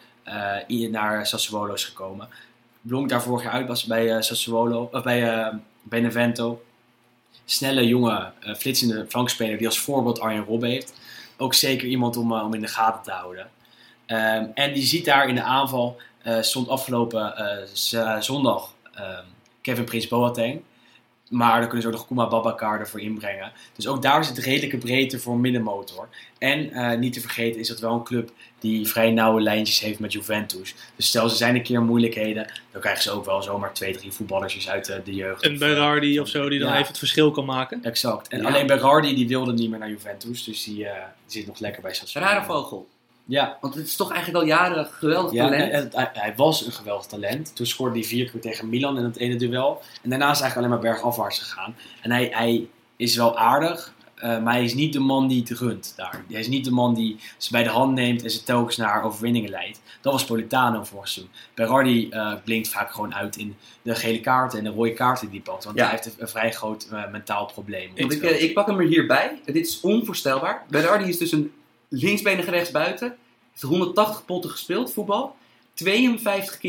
naar Sassuolo is gekomen. Blonk daar vorig jaar uit, was bij bij Benevento. Snelle, jonge, flitsende flankspeler die als voorbeeld Arjen Robben heeft. Ook zeker iemand om in de gaten te houden. En die ziet daar in de aanval, stond afgelopen zondag Kevin Prince Boateng. Maar dan kunnen ze ook nog Kouma Babacar ervoor inbrengen. Dus ook daar zit redelijke breedte voor een middenmotor. En niet te vergeten is dat wel een club die vrij nauwe lijntjes heeft met Juventus. Dus stel ze zijn een keer in moeilijkheden, dan krijgen ze ook wel zomaar 2-3 voetballersjes uit de jeugd.
Een Berardi of zo die dan even het verschil kan maken.
Exact. En alleen Berardi die wilde niet meer naar Juventus. Dus die zit nog lekker bij Sassuolo.
Rare vogel.
Ja.
Want het is toch eigenlijk al jaren een geweldig talent.
Hij was een geweldig talent. Toen scoorde hij 4 keer tegen Milan in het ene duel. En daarna is hij eigenlijk alleen maar bergafwaarts gegaan. En hij is wel aardig, maar hij is niet de man die het runt daar. Hij is niet de man die ze bij de hand neemt en ze telkens naar overwinningen leidt. Dat was Politano vorig seizoen. Berardi blinkt vaak gewoon uit in de gele kaarten en de rode kaarten die hij pakt. Want hij heeft een vrij groot mentaal probleem.
Ik pak hem er hierbij. Dit is onvoorstelbaar. Berardi is dus een linksbenige rechtsbuiten. Heeft 180 potten gespeeld, voetbal. 52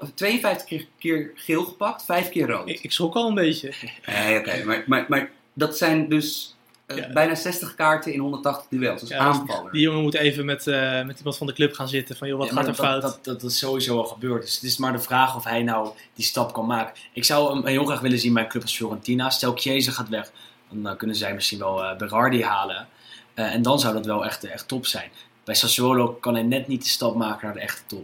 keer geel gepakt, 5 keer rood. Ik
schrok al een beetje.
Oké. Maar dat zijn dus bijna 60 kaarten in 180 duels. Dus aanvaller.
Die jongen moet even met iemand van de club gaan zitten. Van joh, wat gaat er fout?
Dat is sowieso al gebeurd. Dus het is maar de vraag of hij nou die stap kan maken. Ik zou hem heel graag willen zien bij een club als Fiorentina. Stel Chiesa gaat weg, dan kunnen zij misschien wel Berardi halen. En dan zou dat wel echt top zijn. Bij Sassuolo kan hij net niet de stap maken naar de echte top.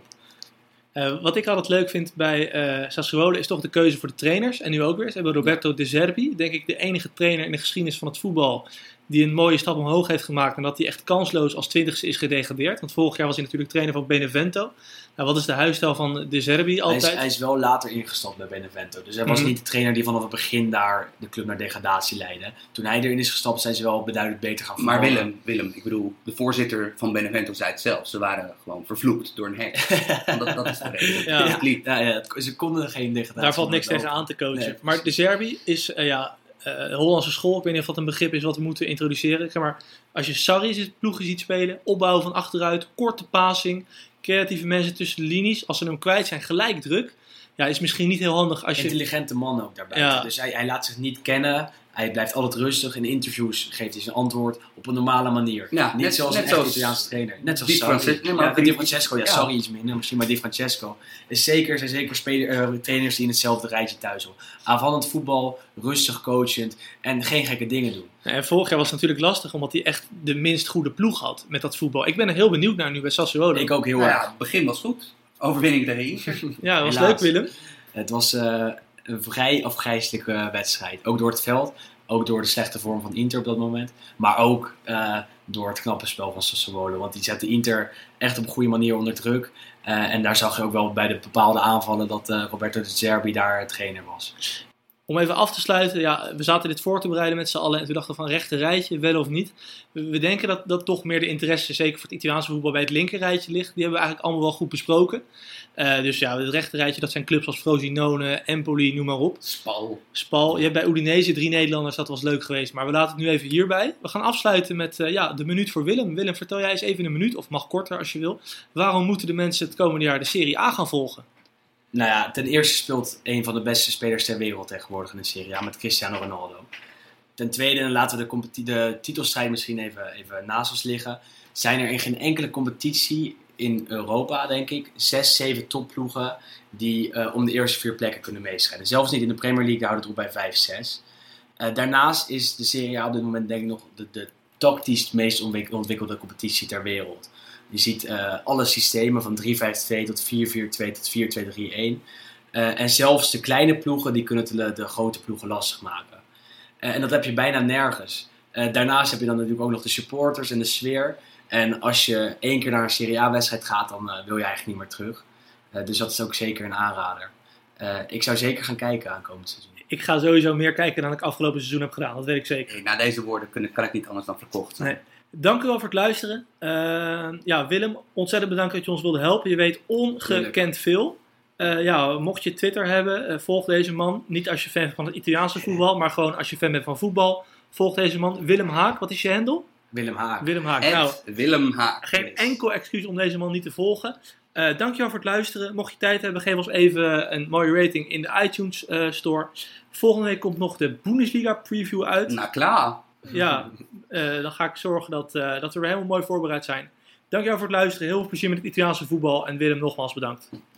Wat ik altijd leuk vind bij Sassuolo is toch de keuze voor de trainers. En nu ook weer. Ze hebben Roberto De Zerbi. Denk ik de enige trainer in de geschiedenis van het voetbal die een mooie stap omhoog heeft gemaakt. En dat hij echt kansloos als 20ste is gedegradeerd. Want vorig jaar was hij natuurlijk trainer van Benevento. Nou, wat is de huisstijl van De Zerbi altijd?
Hij is wel later ingestapt bij Benevento. Dus hij was niet de trainer die vanaf het begin daar de club naar degradatie leidde. Toen hij erin is gestapt zijn ze wel beduidend beter gaan voetballen.
Maar Willem, ik bedoel, de voorzitter van Benevento zei het zelf. Ze waren gewoon vervloekt door een hek. dat is de reden.
Ja, ze konden geen degradatie.
Daar valt niks tegen aan te coachen. Nee. Maar De Zerbi is... Hollandse school, ik weet niet of dat een begrip is wat we moeten introduceren. Maar als je Sarri's ploegen ziet spelen, opbouwen van achteruit, korte passing, creatieve mensen tussen de linies, als ze hem kwijt zijn, gelijk druk. Ja, is misschien niet heel handig als je...
Intelligente man ook daarbij. Ja. Dus hij laat zich niet kennen. Hij blijft altijd rustig. In interviews geeft hij zijn antwoord op een normale manier. Ja, niet zoals een echte Italiaanse trainer. Net zoals Sarri. Di Francesco. Sarri iets minder. Misschien maar Di Francesco. Zijn zeker trainers die in hetzelfde rijtje thuis horen. Aanvallend voetbal, rustig coachend en geen gekke dingen doen.
En vorig jaar was het natuurlijk lastig, omdat hij echt de minst goede ploeg had met dat voetbal. Ik ben er heel benieuwd naar nu bij Sassuolo.
Ik ook heel erg.
Het begin was goed. Overwinning tegen Inter.
Ja, dat was leuk, Willem.
Het was een vrij afgrijselijke wedstrijd. Ook door het veld. Ook door de slechte vorm van Inter op dat moment. Maar ook door het knappe spel van Sassuolo. Want die zette Inter echt op een goede manier onder druk. En daar zag je ook wel bij de bepaalde aanvallen dat Roberto De Zerbi daar trainer was.
Om even af te sluiten, we zaten dit voor te bereiden met z'n allen en toen dachten we van rechter rijtje, wel of niet. We denken dat toch meer de interesse, zeker voor het Italiaanse voetbal, bij het linker rijtje ligt. Die hebben we eigenlijk allemaal wel goed besproken. Dus het rechter rijtje, dat zijn clubs als Frosinone, Empoli, noem maar op. Spal. Je hebt bij Udinese 3 Nederlanders, dat was leuk geweest. Maar we laten het nu even hierbij. We gaan afsluiten met de minuut voor Willem. Willem, vertel jij eens even een minuut, of mag korter als je wil. Waarom moeten de mensen het komende jaar de Serie A gaan volgen?
Nou ja, ten eerste speelt een van de beste spelers ter wereld tegenwoordig in de Serie A met Cristiano Ronaldo. Ten tweede, laten we de titelstrijd misschien even naast ons liggen. Zijn er in geen enkele competitie in Europa, denk ik, 6, 7 topploegen die om de eerste 4 plekken kunnen meestrijden. Zelfs niet in de Premier League, daar houdt het op bij 5, 6. Daarnaast is de Serie A op dit moment denk ik nog de tactisch meest ontwikkelde competitie ter wereld. Je ziet alle systemen van 3-5-2 tot 4-4-2 tot 4-2-3-1. En zelfs de kleine ploegen die kunnen de grote ploegen lastig maken. En dat heb je bijna nergens. Daarnaast heb je dan natuurlijk ook nog de supporters en de sfeer. En als je 1 keer naar een Serie A-wedstrijd gaat, dan wil je eigenlijk niet meer terug. Dus dat is ook zeker een aanrader. Ik zou zeker gaan kijken aankomend seizoen.
Ik ga sowieso meer kijken dan ik afgelopen seizoen heb gedaan, dat weet ik zeker.
Na deze woorden kan ik niet anders dan verkocht zijn.
Nee. Dank u wel voor het luisteren. Willem, ontzettend bedankt dat je ons wilde helpen. Je weet ongekend veel. Mocht je Twitter hebben, volg deze man. Niet als je fan bent van het Italiaanse voetbal, maar gewoon als je fan bent van voetbal. Volg deze man. Willem Haak, wat is je handle?
Willem Haak.
Willem Haak.
Geen enkel excuus om deze man niet te volgen. Dankjewel voor het luisteren. Mocht je tijd hebben, geef ons even een mooie rating in de iTunes Store. Volgende week komt nog de Bundesliga preview uit.
Nou, klaar.
Ja, dan ga ik zorgen dat we weer helemaal mooi voorbereid zijn. Dankjewel voor het luisteren. Heel veel plezier met het Italiaanse voetbal. En Willem, nogmaals bedankt.